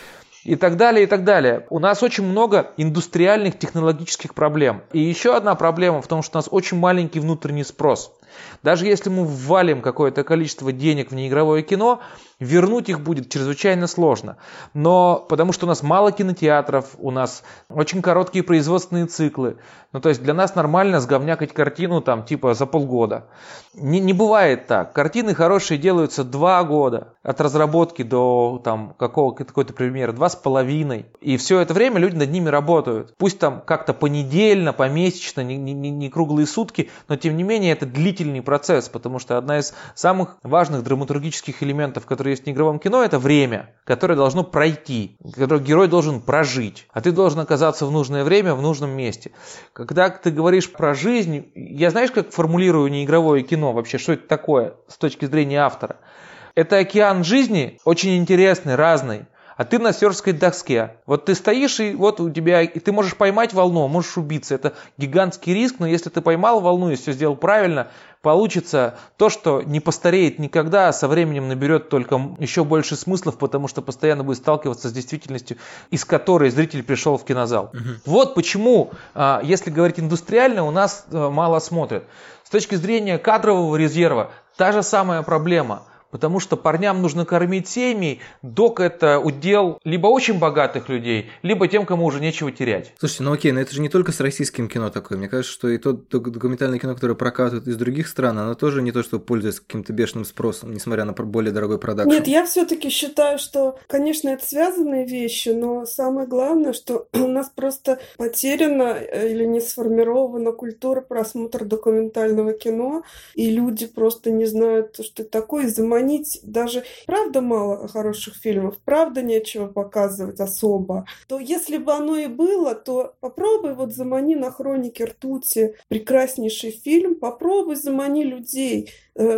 и так далее, и так далее. У нас очень много индустриальных технологических проблем. И еще одна проблема в том, что у нас очень маленький внутренний спрос. Даже если мы ввалим какое-то количество денег в неигровое кино, вернуть их будет чрезвычайно сложно. Но потому что у нас мало кинотеатров, у нас очень короткие производственные циклы. Ну, то есть для нас нормально сговнякать картину там типа за полгода. Не, не бывает так. Картины хорошие делаются два года. От разработки до там какого, какой-то примера, два с половиной. И все это время люди над ними работают. Пусть там как-то понедельно, помесячно, не, не, не круглые сутки, но тем не менее это длительный процесс, потому что одна из самых важных драматургических элементов, которые есть в неигровом кино, это время, которое должно пройти, которое герой должен прожить, а ты должен оказаться в нужное время, в нужном месте. Когда ты говоришь про жизнь, я знаешь, как формулирую неигровое кино вообще, что это такое с точки зрения автора? Это океан жизни, очень интересный, разный. А ты на серферской доске. Вот ты стоишь, и вот у тебя, и ты можешь поймать волну, можешь убиться. Это гигантский риск, но если ты поймал волну и все сделал правильно, получится то, что не постареет никогда, а со временем наберет только еще больше смыслов, потому что постоянно будет сталкиваться с действительностью, из которой зритель пришел в кинозал. Угу. Вот почему, если говорить индустриально, у нас мало смотрят. С точки зрения кадрового резерва, та же самая проблема. Потому что парням нужно кормить семьи, док это удел либо очень богатых людей, либо тем, кому уже нечего терять. Слушайте, ну окей, но это же не только с российским кино такое. Мне кажется, что и то документальное кино, которое прокатывают из других стран, оно тоже не то, что пользуется каким-то бешеным спросом, несмотря на более дорогой продакшн. Нет, я все-таки считаю, что, конечно, это связанные вещи, но самое главное, что у нас просто потеряна или не сформирована культура просмотра документального кино, и люди просто не знают, что это такое, заманить. Даже правда мало хороших фильмов, правда нечего показывать особо, то если бы оно и было, то попробуй вот замани на «Хроники ртути» прекраснейший фильм, попробуй замани людей,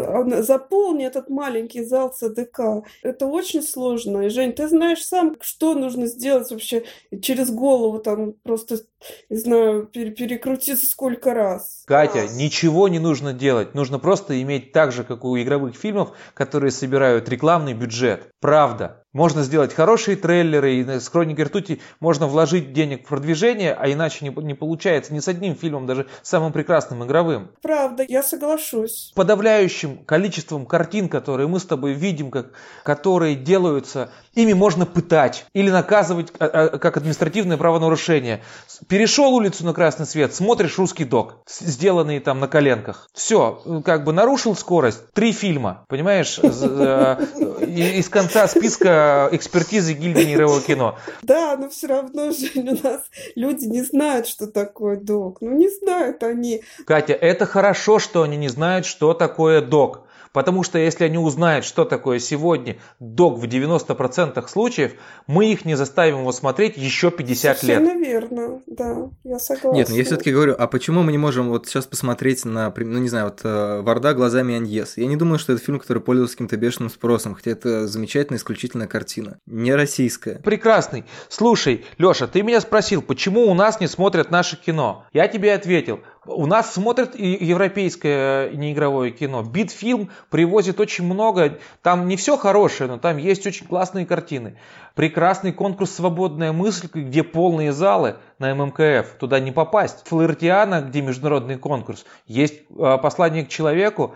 заполни этот маленький зал ЦДК. Это очень сложно. И, Жень, ты знаешь сам, что нужно сделать вообще через голову, там просто, не знаю, перекрутиться сколько раз. Катя, ничего не нужно делать. Нужно просто иметь так же, как у игровых фильмов, которые собирают рекламный бюджет. Правда. Можно сделать хорошие трейлеры, и с «Хроники ртути» можно вложить денег в продвижение, а иначе не, не получается ни с одним фильмом, даже самым прекрасным игровым. Правда, я соглашусь. Подавляющим количеством картин, которые мы с тобой видим, как, которые делаются, ими можно пытать или наказывать как административное правонарушение. Перешел улицу на красный свет, смотришь русский док, сделанный там на коленках. Все, как бы нарушил скорость. Три фильма, понимаешь, из конца списка экспертизы гильдии неигрового кино. Да, но все равно, Жень, у нас люди не знают, что такое док. Ну, не знают они. Катя, это хорошо, что они не знают, что такое док. Потому что если они узнают, что такое сегодня док в девяноста процентах случаев, мы их не заставим его смотреть еще пятьдесят лет. Совершенно верно, да, я согласна. Нет, но я все-таки говорю, а почему мы не можем вот сейчас посмотреть на, ну не знаю, вот «Варда глазами Аньес»? Я не думаю, что это фильм, который пользовался каким-то бешеным спросом, хотя это замечательная, исключительная картина. Не российская. Прекрасный. Слушай, Леша, ты меня спросил, почему у нас не смотрят наше кино? Я тебе ответил. У нас смотрят и европейское неигровое кино. Битфильм привозит очень много. Там не все хорошее, но там есть очень классные картины. Прекрасный конкурс «Свободная мысль», где полные залы на эм эм ка эф. Туда не попасть. Флаертиана, где международный конкурс. Есть «Послание к человеку».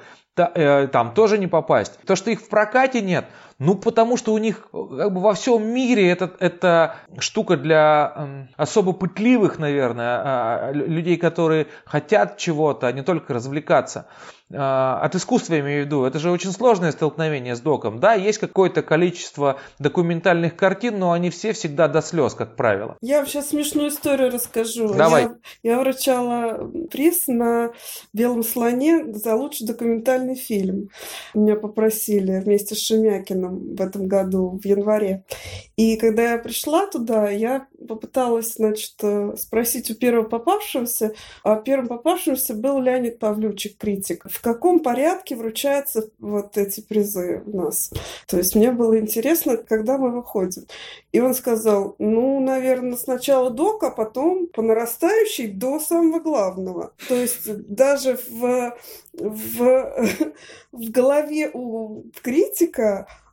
Там тоже не попасть. То, что их в прокате нет, ну потому что у них как бы во всем мире это, это штука для э, особо пытливых, наверное, э, людей, которые хотят чего-то, а не только развлекаться. Э, от искусства я имею в виду. Это же очень сложное столкновение с доком. Да, есть какое-то количество документальных картин, но они все всегда до слез, как правило. Я вам сейчас смешную историю расскажу. Давай. Я, я вручала приз на «Белом слоне» за лучший документальный фильм. Меня попросили вместе с Шемякиным в этом году, в январе. И когда я пришла туда, я попыталась, значит, спросить у первого попавшегося, а первым попавшимся был Леонид Павлючик, критик. В каком порядке вручаются вот эти призы у нас? То есть мне было интересно, когда мы выходим. И он сказал, ну, наверное, сначала док, а потом по нарастающей до самого главного. То есть даже в, в, в голове у критика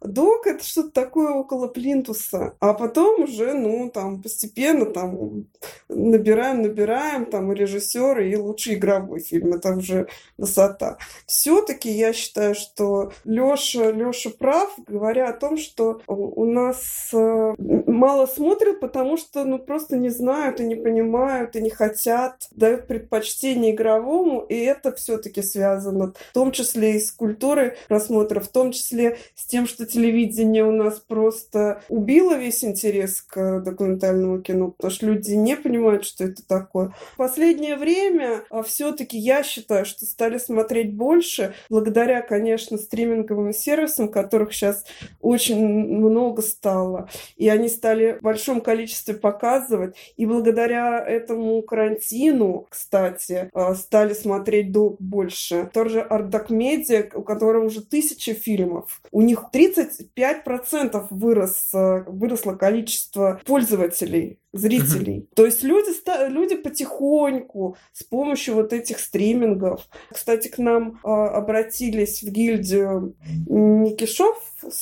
док — это что-то такое около плинтуса, а потом уже, ну, там, постепенно там набираем, набираем, там, и режиссеры, и лучший игровой фильм, это уже высота. Все-таки я считаю, что Леша, Леша прав, говоря о том, что у нас мало смотрят, потому что, ну, просто не знают и не понимают, и не хотят, дают предпочтение игровому, и это все-таки связано в том числе и с культурой просмотра, в том числе с тем, что телевидение у нас просто убило весь интерес к документальному кино, потому что люди не понимают, что это такое. В последнее время все-таки я считаю, что стали смотреть больше, благодаря, конечно, стриминговым сервисам, которых сейчас очень много стало, и они стали в большом количестве показывать, и благодаря этому карантину, кстати, стали смотреть больше. Тоже Артдокмедиа, у которого уже тысячи фильмов, у них тридцать пять процентов вырос, выросло количество пользователей, зрителей. Mm-hmm. То есть люди, люди потихоньку с помощью вот этих стримингов. Кстати, к нам э, обратились в гильдию Никишов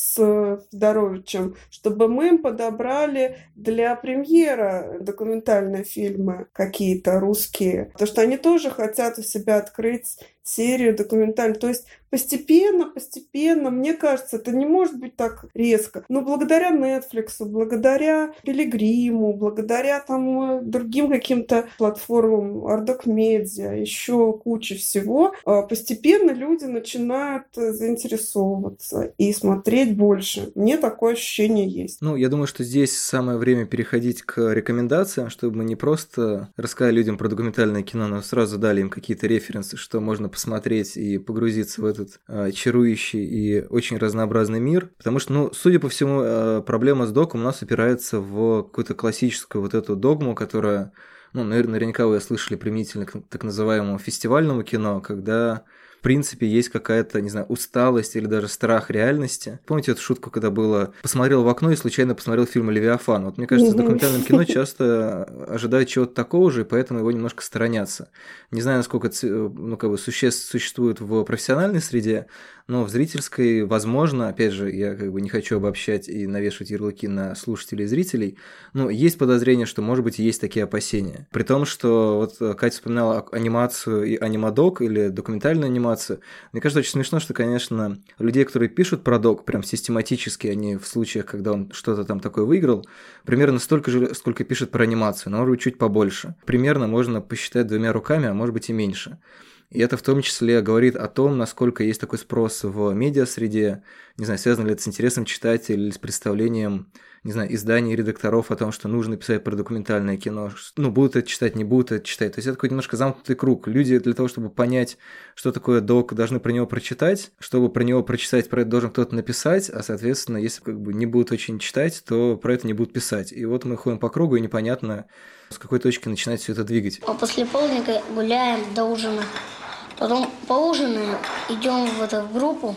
с Здоровичем, чтобы мы им подобрали для премьера документальные фильмы какие-то русские. Потому что они тоже хотят у себя открыть серию документальную. То есть постепенно, постепенно, мне кажется, это не может быть так резко. Но благодаря Netflix, благодаря Пилигриму, благодаря там другим каким-то платформам, Артдокмедиа, еще куча всего, постепенно люди начинают заинтересовываться и смотреть больше. Мне такое ощущение есть. Ну, я думаю, что здесь самое время переходить к рекомендациям, чтобы мы не просто рассказали людям про документальное кино, но сразу дали им какие-то референсы, что можно посмотреть и погрузиться в этот э, чарующий и очень разнообразный мир. Потому что, ну, судя по всему, э, проблема с доком у нас упирается в какую-то классическую вот эту догму, которая, ну, наверняка вы слышали применительно к так называемому фестивальному кино, когда в принципе, есть какая-то, не знаю, усталость или даже страх реальности. Помните эту шутку, когда было «посмотрел в окно и случайно посмотрел фильм «Левиафан»? Вот мне кажется, с документальным кино часто ожидают чего-то такого же, и поэтому его немножко сторонятся. Не знаю, насколько это, ну, как бы существ существует в профессиональной среде, но в зрительской, возможно, опять же, я как бы не хочу обобщать и навешивать ярлыки на слушателей и зрителей, но есть подозрение, что, может быть, есть такие опасения. При том, что вот Катя вспоминала анимацию и анимадок или документальную анимацию. Мне кажется, очень смешно, что, конечно, людей, которые пишут про док, прям систематически, они в случаях, когда он что-то там такое выиграл, примерно столько же, сколько пишет про анимацию, но, может быть, чуть побольше. Примерно можно посчитать двумя руками, а может быть и меньше. И это в том числе говорит о том, насколько есть такой спрос в медиасреде, не знаю, связано ли это с интересом читателя или с представлением, не знаю, изданий и редакторов о том, что нужно писать про документальное кино. Ну, будут это читать, не будут это читать. То есть это такой немножко замкнутый круг. Люди для того, чтобы понять, что такое док, должны про него прочитать. Чтобы про него прочитать, про это должен кто-то написать, а, соответственно, если как бы не будут очень читать, то про это не будут писать. И вот мы ходим по кругу, и непонятно, с какой точки начинать все это двигать. А после полдника гуляем до ужина. Потом поужинаем, идем в эту группу,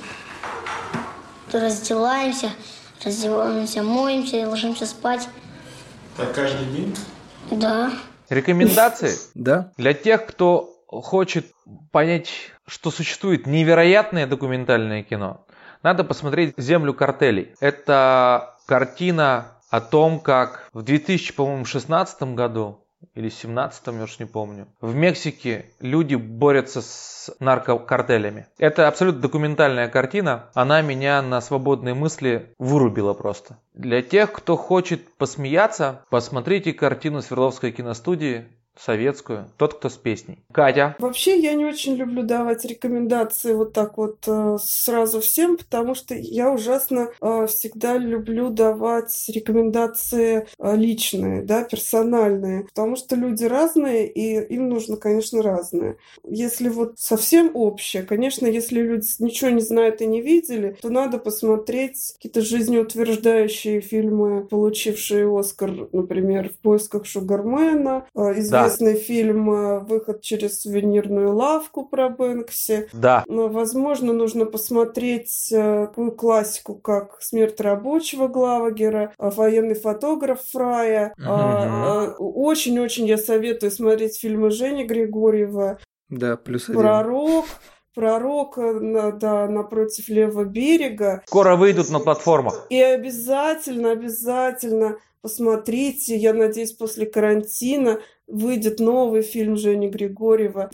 раздеваемся, раздеваемся, моемся и ложимся спать. Так каждый день? Да. Рекомендации? Да. Для тех, кто хочет понять, что существует невероятное документальное кино, надо посмотреть «Землю картелей». Это картина о том, как в две тысячи шестнадцатом году или семнадцатом, я уж не помню, в Мексике люди борются с наркокартелями. Это абсолютно документальная картина. Она меня на свободные мысли вырубила просто. Для тех, кто хочет посмеяться, посмотрите картину Свердловской киностудии, советскую, «Тот, кто с песней». Катя? Вообще, я не очень люблю давать рекомендации вот так вот э, сразу всем, потому что я ужасно э, всегда люблю давать рекомендации э, личные, да, персональные, потому что люди разные, и им нужно, конечно, разное. Если вот совсем общее, конечно, если люди ничего не знают и не видели, то надо посмотреть какие-то жизнеутверждающие фильмы, получившие Оскар, например, «В поисках Шугармена», э, известный Известный фильм «Выход через сувенирную лавку» про Бэнкси. Да. Но, возможно, нужно посмотреть такую классику, как «Смерть рабочего» Глагера, «Военный фотограф» Фрая. Угу. Очень-очень я советую смотреть фильмы Жени Григорьева. Да, плюс один. «Пророк». «Пророка», да, «Напротив левого берега». Скоро выйдут на платформах. И обязательно, обязательно посмотрите, я надеюсь, после карантина выйдет новый фильм Жени Григорьева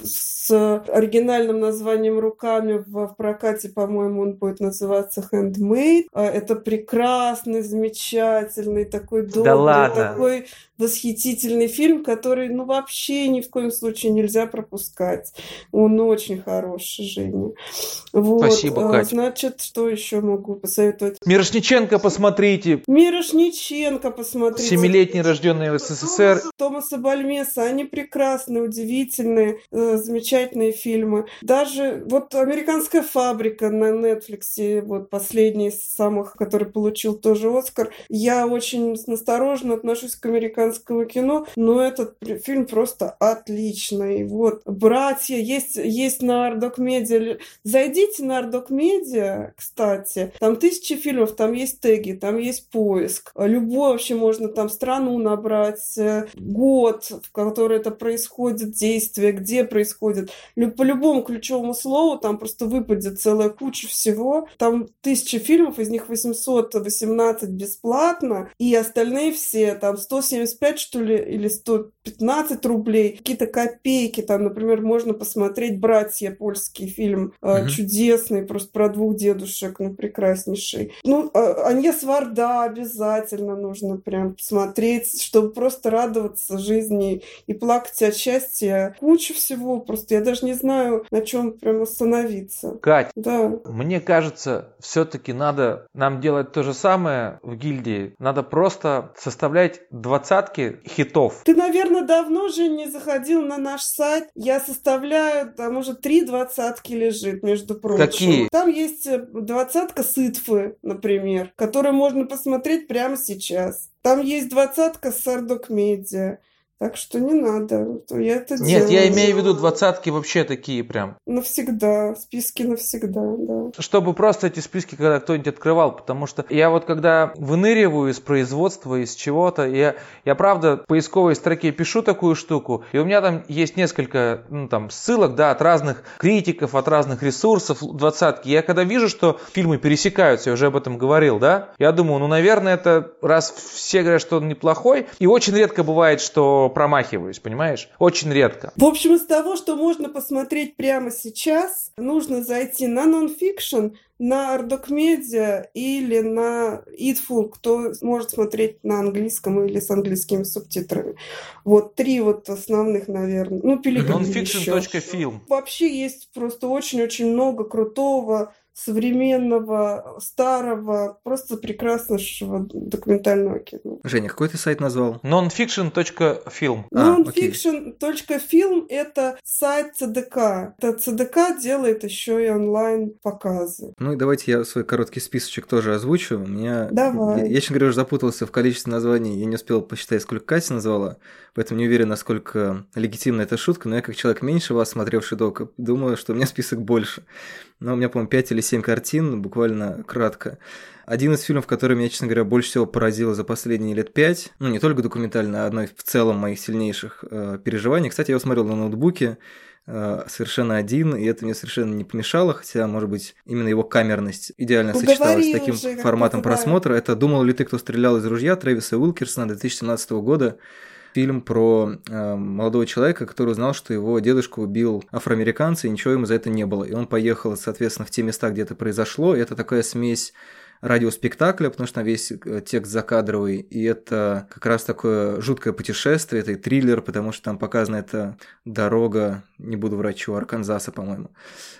с оригинальным названием «Руками». В прокате, по-моему, он будет называться «Handmade». Это прекрасный, замечательный, такой добрый, да ладно. такой восхитительный фильм, который, ну, вообще ни в коем случае нельзя пропускать. Он очень хороший, Женя. Вот. Спасибо, Катя. Значит, что еще могу посоветовать? Мирошниченко посмотрите. Мирошниченко посмотрите. Семилетний, рожденный в СССР. Томаса Бальмеса. Они прекрасные, удивительные, замечательные фильмы. Даже вот «Американская фабрика» на Netflix, вот последний из самых, который получил тоже Оскар. Я очень настороженно отношусь к американскому кино, но этот фильм просто отличный. Вот. «Братья» есть, есть на Ардокмедиа. Зайдите на Ардокмедиа, кстати. Там тысячи фильмов, там есть теги, там есть поиск. Любой вообще можно там страну набрать, год, в котором это происходит, действие, где происходит. По любому ключевому слову там просто выпадет целая куча всего. Там тысячи фильмов, из них восемьсот восемнадцать бесплатно, и остальные все там сто семьдесят пять, что ли, или сто пятнадцать рублей. Какие-то копейки. Там, например, можно посмотреть «Братья», польский фильм, mm-hmm. чудесный, просто про двух дедушек, ну, прекраснейший. Ну, Аньес Варда обязательно нужно прям посмотреть, чтобы просто радоваться жизни и плакать от счастья. Куча всего. Просто я даже не знаю, на чем прям остановиться. Кать, да. Мне кажется, все-таки надо нам делать то же самое в гильдии. Надо просто составлять двадцатки хитов. Ты, наверное, давно же не заходил на наш сайт. Я составляю, там уже три двадцатки лежит, между прочим. Какие? Там есть двадцатка Сытфы, например, которую можно посмотреть прямо сейчас. Там есть двадцатка с Ардокмедиа. Так что не надо. Я это Нет, делаю. я имею в виду двадцатки вообще такие прям. Навсегда. Списки навсегда, да. Чтобы просто эти списки, когда кто-нибудь открывал, потому что я вот когда выныриваю из производства, из чего-то, я, я правда в поисковой строке пишу такую штуку, и у меня там есть несколько ну, там, ссылок, да, от разных критиков, от разных ресурсов, двадцатки. Я когда вижу, что фильмы пересекаются, я уже об этом говорил, да, я думаю, ну, наверное, это раз все говорят, что он неплохой, и очень редко бывает, что промахиваюсь, понимаешь? Очень редко. В общем, из того, что можно посмотреть прямо сейчас, нужно зайти на Nonfiction, на Ардокмедиа или на Идфул, кто может смотреть на английском или с английскими субтитрами. Вот три вот основных, наверное. Ну, Пилигрим еще. нонфикшн точка фильм. Вообще есть просто очень-очень много крутого, современного, старого, просто прекрасного документального кино. Женя, какой ты сайт назвал? нонфикшн точка фильм. нонфикшн точка фильм – это сайт ЦДК. Это ЦДК делает еще и онлайн-показы. Ну и давайте я свой короткий списочек тоже озвучу. У меня... Давай. Я, я, честно говоря, уже запутался в количестве названий. Я не успел посчитать, сколько Катя назвала, поэтому не уверен, насколько легитимна эта шутка, но я как человек меньше вас, смотревший док, думаю, что у меня список больше. Но у меня, по-моему, пять или семь картин, буквально кратко. Один из фильмов, который меня, честно говоря, больше всего поразило за последние лет пять, ну, не только документально, а одно в целом моих сильнейших э, переживаний. Кстати, я его смотрел на ноутбуке, э, совершенно один, и это мне совершенно не помешало, хотя, может быть, именно его камерность идеально ну, сочеталась с таким уже, форматом просмотра. Это «Думал ли ты, кто стрелял из ружья» Трэвиса Уилкерсона две тысячи семнадцатого года. Фильм про э, молодого человека, который узнал, что его дедушку убил афроамериканец, и ничего ему за это не было. И он поехал, соответственно, в те места, где это произошло. И это такая смесь радиоспектакля, потому что там весь текст закадровый, и это как раз такое жуткое путешествие, это и триллер, потому что там показана эта дорога, не буду врать, чего, Арканзаса, по-моему.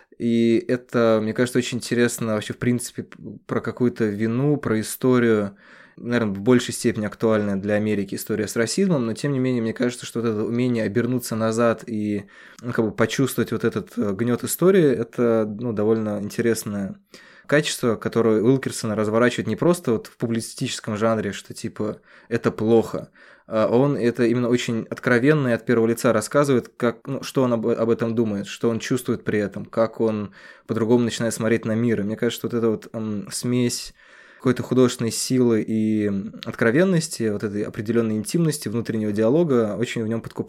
И это, мне кажется, очень интересно вообще, в принципе, про какую-то вину, про историю, наверное, в большей степени актуальная для Америки история с расизмом, но тем не менее, мне кажется, что вот это умение обернуться назад и ну, как бы почувствовать вот этот гнет истории, это ну, довольно интересное качество, которое Уилкерсона разворачивает не просто вот в публицистическом жанре, что типа это плохо, а он это именно очень откровенно и от первого лица рассказывает, как, ну, что он об, об этом думает, что он чувствует при этом, как он по-другому начинает смотреть на мир. И мне кажется, что вот эта вот эм, смесь какой-то художественной силы и откровенности, вот этой определенной интимности, внутреннего диалога очень в нем подкупает.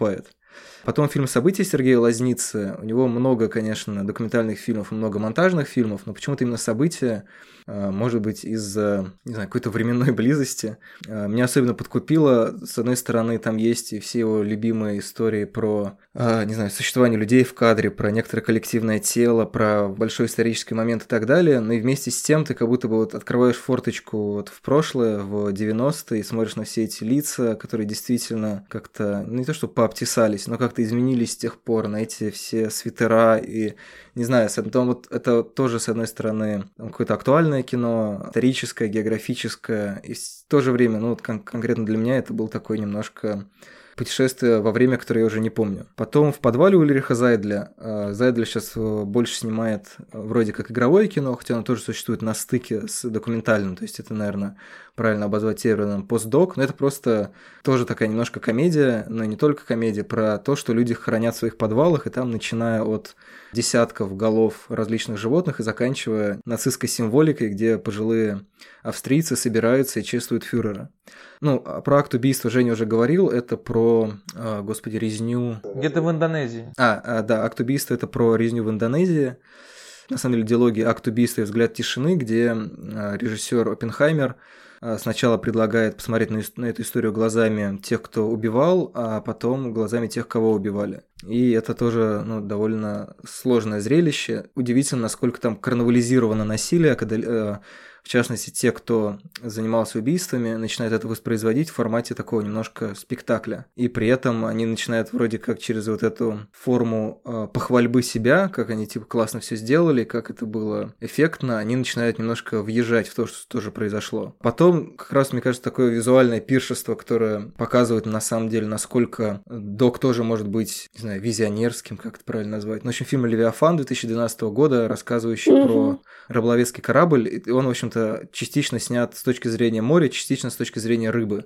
Потом фильм «События» Сергея Лазницы. У него много, конечно, документальных фильмов и много монтажных фильмов, но почему-то именно «События», может быть, из-за, не знаю, какой-то временной близости, меня особенно подкупило. С одной стороны, там есть и все его любимые истории про, не знаю, существование людей в кадре, про некоторое коллективное тело, про большой исторический момент и так далее, но и вместе с тем ты как будто бы вот открываешь форточку вот в прошлое, в девяностые, и смотришь на все эти лица, которые действительно как-то, ну, не то что пообтесались, но как-то изменились с тех пор, на эти все свитера и, не знаю, вот это тоже, с одной стороны, какое-то актуальное кино, историческое, географическое, и в то же время, ну, вот кон- конкретно для меня это был такой немножко путешествие во время, которое я уже не помню. Потом в подвале Ульриха Зайдля. Зайдль сейчас больше снимает вроде как игровое кино, хотя оно тоже существует на стыке с документальным, то есть это, наверное, правильно обозвать термином постдок, но это просто тоже такая немножко комедия, но и не только комедия, про то, что люди хранят в своих подвалах, и там, начиная от десятков голов различных животных и заканчивая нацистской символикой, где пожилые австрийцы собираются и чествуют фюрера. Ну, а про акт убийства Женя уже говорил, это про, э, господи, резню... Где-то в Индонезии. А, а, да, акт убийства – это про резню в Индонезии. На самом деле, диалоги «Акт убийства» и «Взгляд тишины», где э, режиссер Оппенхаймер э, сначала предлагает посмотреть на, на эту историю глазами тех, кто убивал, а потом глазами тех, кого убивали. И это тоже, ну, довольно сложное зрелище. Удивительно, насколько там карнавализировано насилие, когда... Э, в частности, те, кто занимался убийствами, начинают это воспроизводить в формате такого немножко спектакля. И при этом они начинают вроде как через вот эту форму э, похвальбы себя, как они типа классно все сделали, как это было эффектно, они начинают немножко въезжать в то, что тоже произошло. Потом, как раз, мне кажется, такое визуальное пиршество, которое показывает на самом деле, насколько док тоже может быть, не знаю, визионерским, как это правильно назвать. Ну, в общем, фильм «Левиафан» две тысячи двенадцатого года, рассказывающий mm-hmm. про рыболовецкий корабль, и он, в общем-то, частично снят с точки зрения моря, частично с точки зрения рыбы.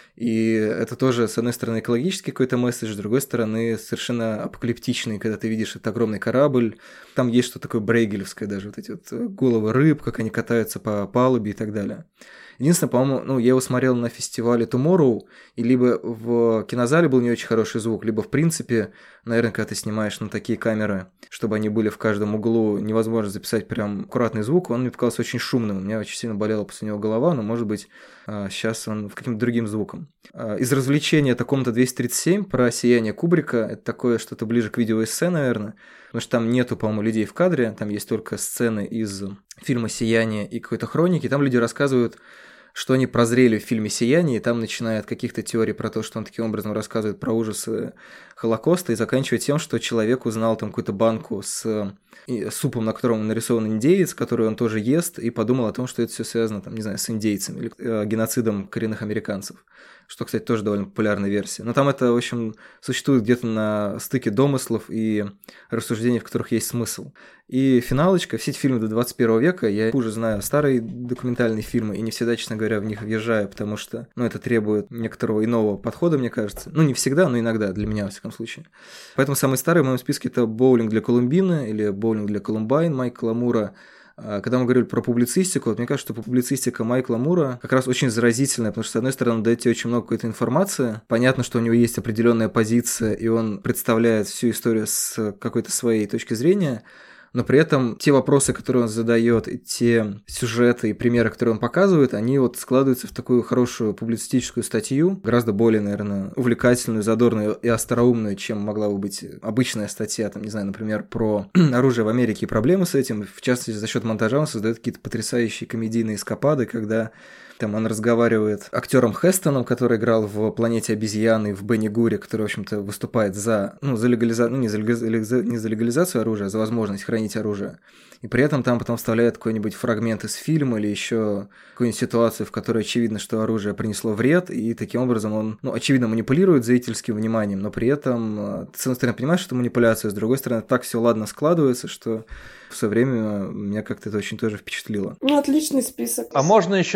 И это тоже, с одной стороны, экологический какой-то месседж, с другой стороны, совершенно апокалиптичный, когда ты видишь этот огромный корабль. Там есть что-то такое брейгелевское даже, вот эти вот головы рыб, как они катаются по палубе и так далее. Единственное, по-моему, ну, я его смотрел на фестивале Tomorrow, и либо в кинозале был не очень хороший звук, либо, в принципе, наверное, когда ты снимаешь на такие камеры, чтобы они были в каждом углу, невозможно записать прям аккуратный звук, он мне показался очень шумным, у меня очень сильно болела после него голова, но, может быть, сейчас он в каким-то другим звуком. Из развлечения это «Комната двести тридцать семь» про «Сияние» Кубрика, это такое что-то ближе к видеоэссе, наверное, потому что там нету, по-моему, людей в кадре, там есть только сцены из фильма «Сияние» и какой-то хроники, там люди рассказывают, что они прозрели в фильме «Сияние», и там начиная от каких-то теорий про то, что он таким образом рассказывает про ужасы Холокоста, и заканчивая тем, что человек узнал там какую-то банку с супом, на котором нарисован индеец, который он тоже ест, и подумал о том, что это все связано, там, не знаю, с индейцами или э, геноцидом коренных американцев. Что, кстати, тоже довольно популярная версия. Но там это, в общем, существует где-то на стыке домыслов и рассуждений, в которых есть смысл. И финалочка, все эти фильмы до двадцать первого века, я хуже знаю старые документальные фильмы, и не всегда, честно говоря, в них въезжаю, потому что, ну, это требует некоторого иного подхода, мне кажется. Ну, не всегда, но иногда, для меня, во всяком случае. Поэтому самый старый в моем списке это «Боулинг для Колумбины» или «Боулинг для Колумбайн» Майкла Мура. Когда мы говорили про публицистику, вот мне кажется, что публицистика Майкла Мура как раз очень заразительная, потому что, с одной стороны, он дает тебе очень много какой-то информации. Понятно, что у него есть определенная позиция, и он представляет всю историю с какой-то своей точки зрения, но при этом те вопросы, которые он задает, и те сюжеты и примеры, которые он показывает, они вот складываются в такую хорошую публицистическую статью, гораздо более, наверное, увлекательную, задорную и остроумную, чем могла бы быть обычная статья, там, не знаю, например, про оружие в Америке и проблемы с этим. В частности, за счет монтажа он создает какие-то потрясающие комедийные эскапады, когда там он разговаривает с актером Хестоном, который играл в «Планете обезьяны», в Бенни Гуре, который, в общем-то, выступает за, ну, за легализацию, ну, не за, легализа... не за легализацию оружия, а за возможность хранить оружие. И при этом там потом вставляют какой-нибудь фрагмент из фильма или еще какую-нибудь ситуацию, в которой очевидно, что оружие принесло вред, и таким образом он, ну, очевидно, манипулирует зрительским вниманием, но при этом, ты, с одной стороны, понимаешь, что это манипуляция, с другой стороны, так все ладно складывается, что в свое время меня как-то это очень тоже впечатлило. Ну, отличный список. А можно еще два добавить?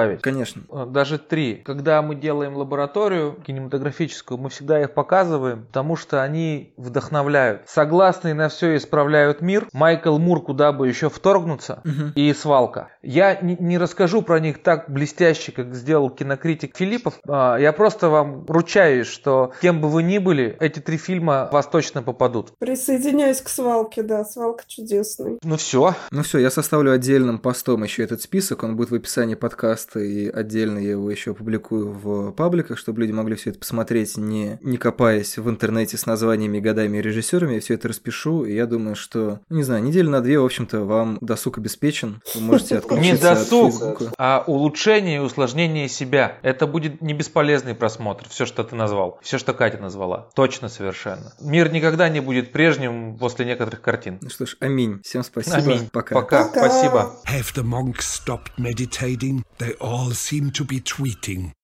добавить? Конечно. Даже три. Когда мы делаем лабораторию кинематографическую, мы всегда их показываем, потому что они вдохновляют. Согласные на все исправляют мир. Майкл Мур, куда бы еще вторгнуться, угу. и Свалка. Я не, не расскажу про них так блестяще, как сделал кинокритик Филиппов. Я просто вам ручаюсь, что кем бы вы ни были, эти три фильма вас точно попадут. Присоединяюсь к Свалке, да, Свалка чудесный. Ну все. Ну все, я составлю отдельным постом еще этот список, он будет в описании подкаста, и отдельно я его еще опубликую в пабликах, чтобы люди могли все это посмотреть, не, не копаясь в интернете с названиями, годами и режиссерами. Я все это распишу, и я думаю, что, ну, не знаю, неделю на две, в общем-то, вам досуг обеспечен. Вы можете отключиться. Не досуг, а улучшение и усложнение себя. Это будет не бесполезный просмотр, все, что ты назвал, все, что Катя назвала. Точно совершенно. Мир никогда не будет прежним после некоторых картин. Ну что ж, аминь. Всем спасибо. Аминь. Пока. Пока. Пока. Спасибо. Have the monks stopped meditating? They all seem to be tweeting.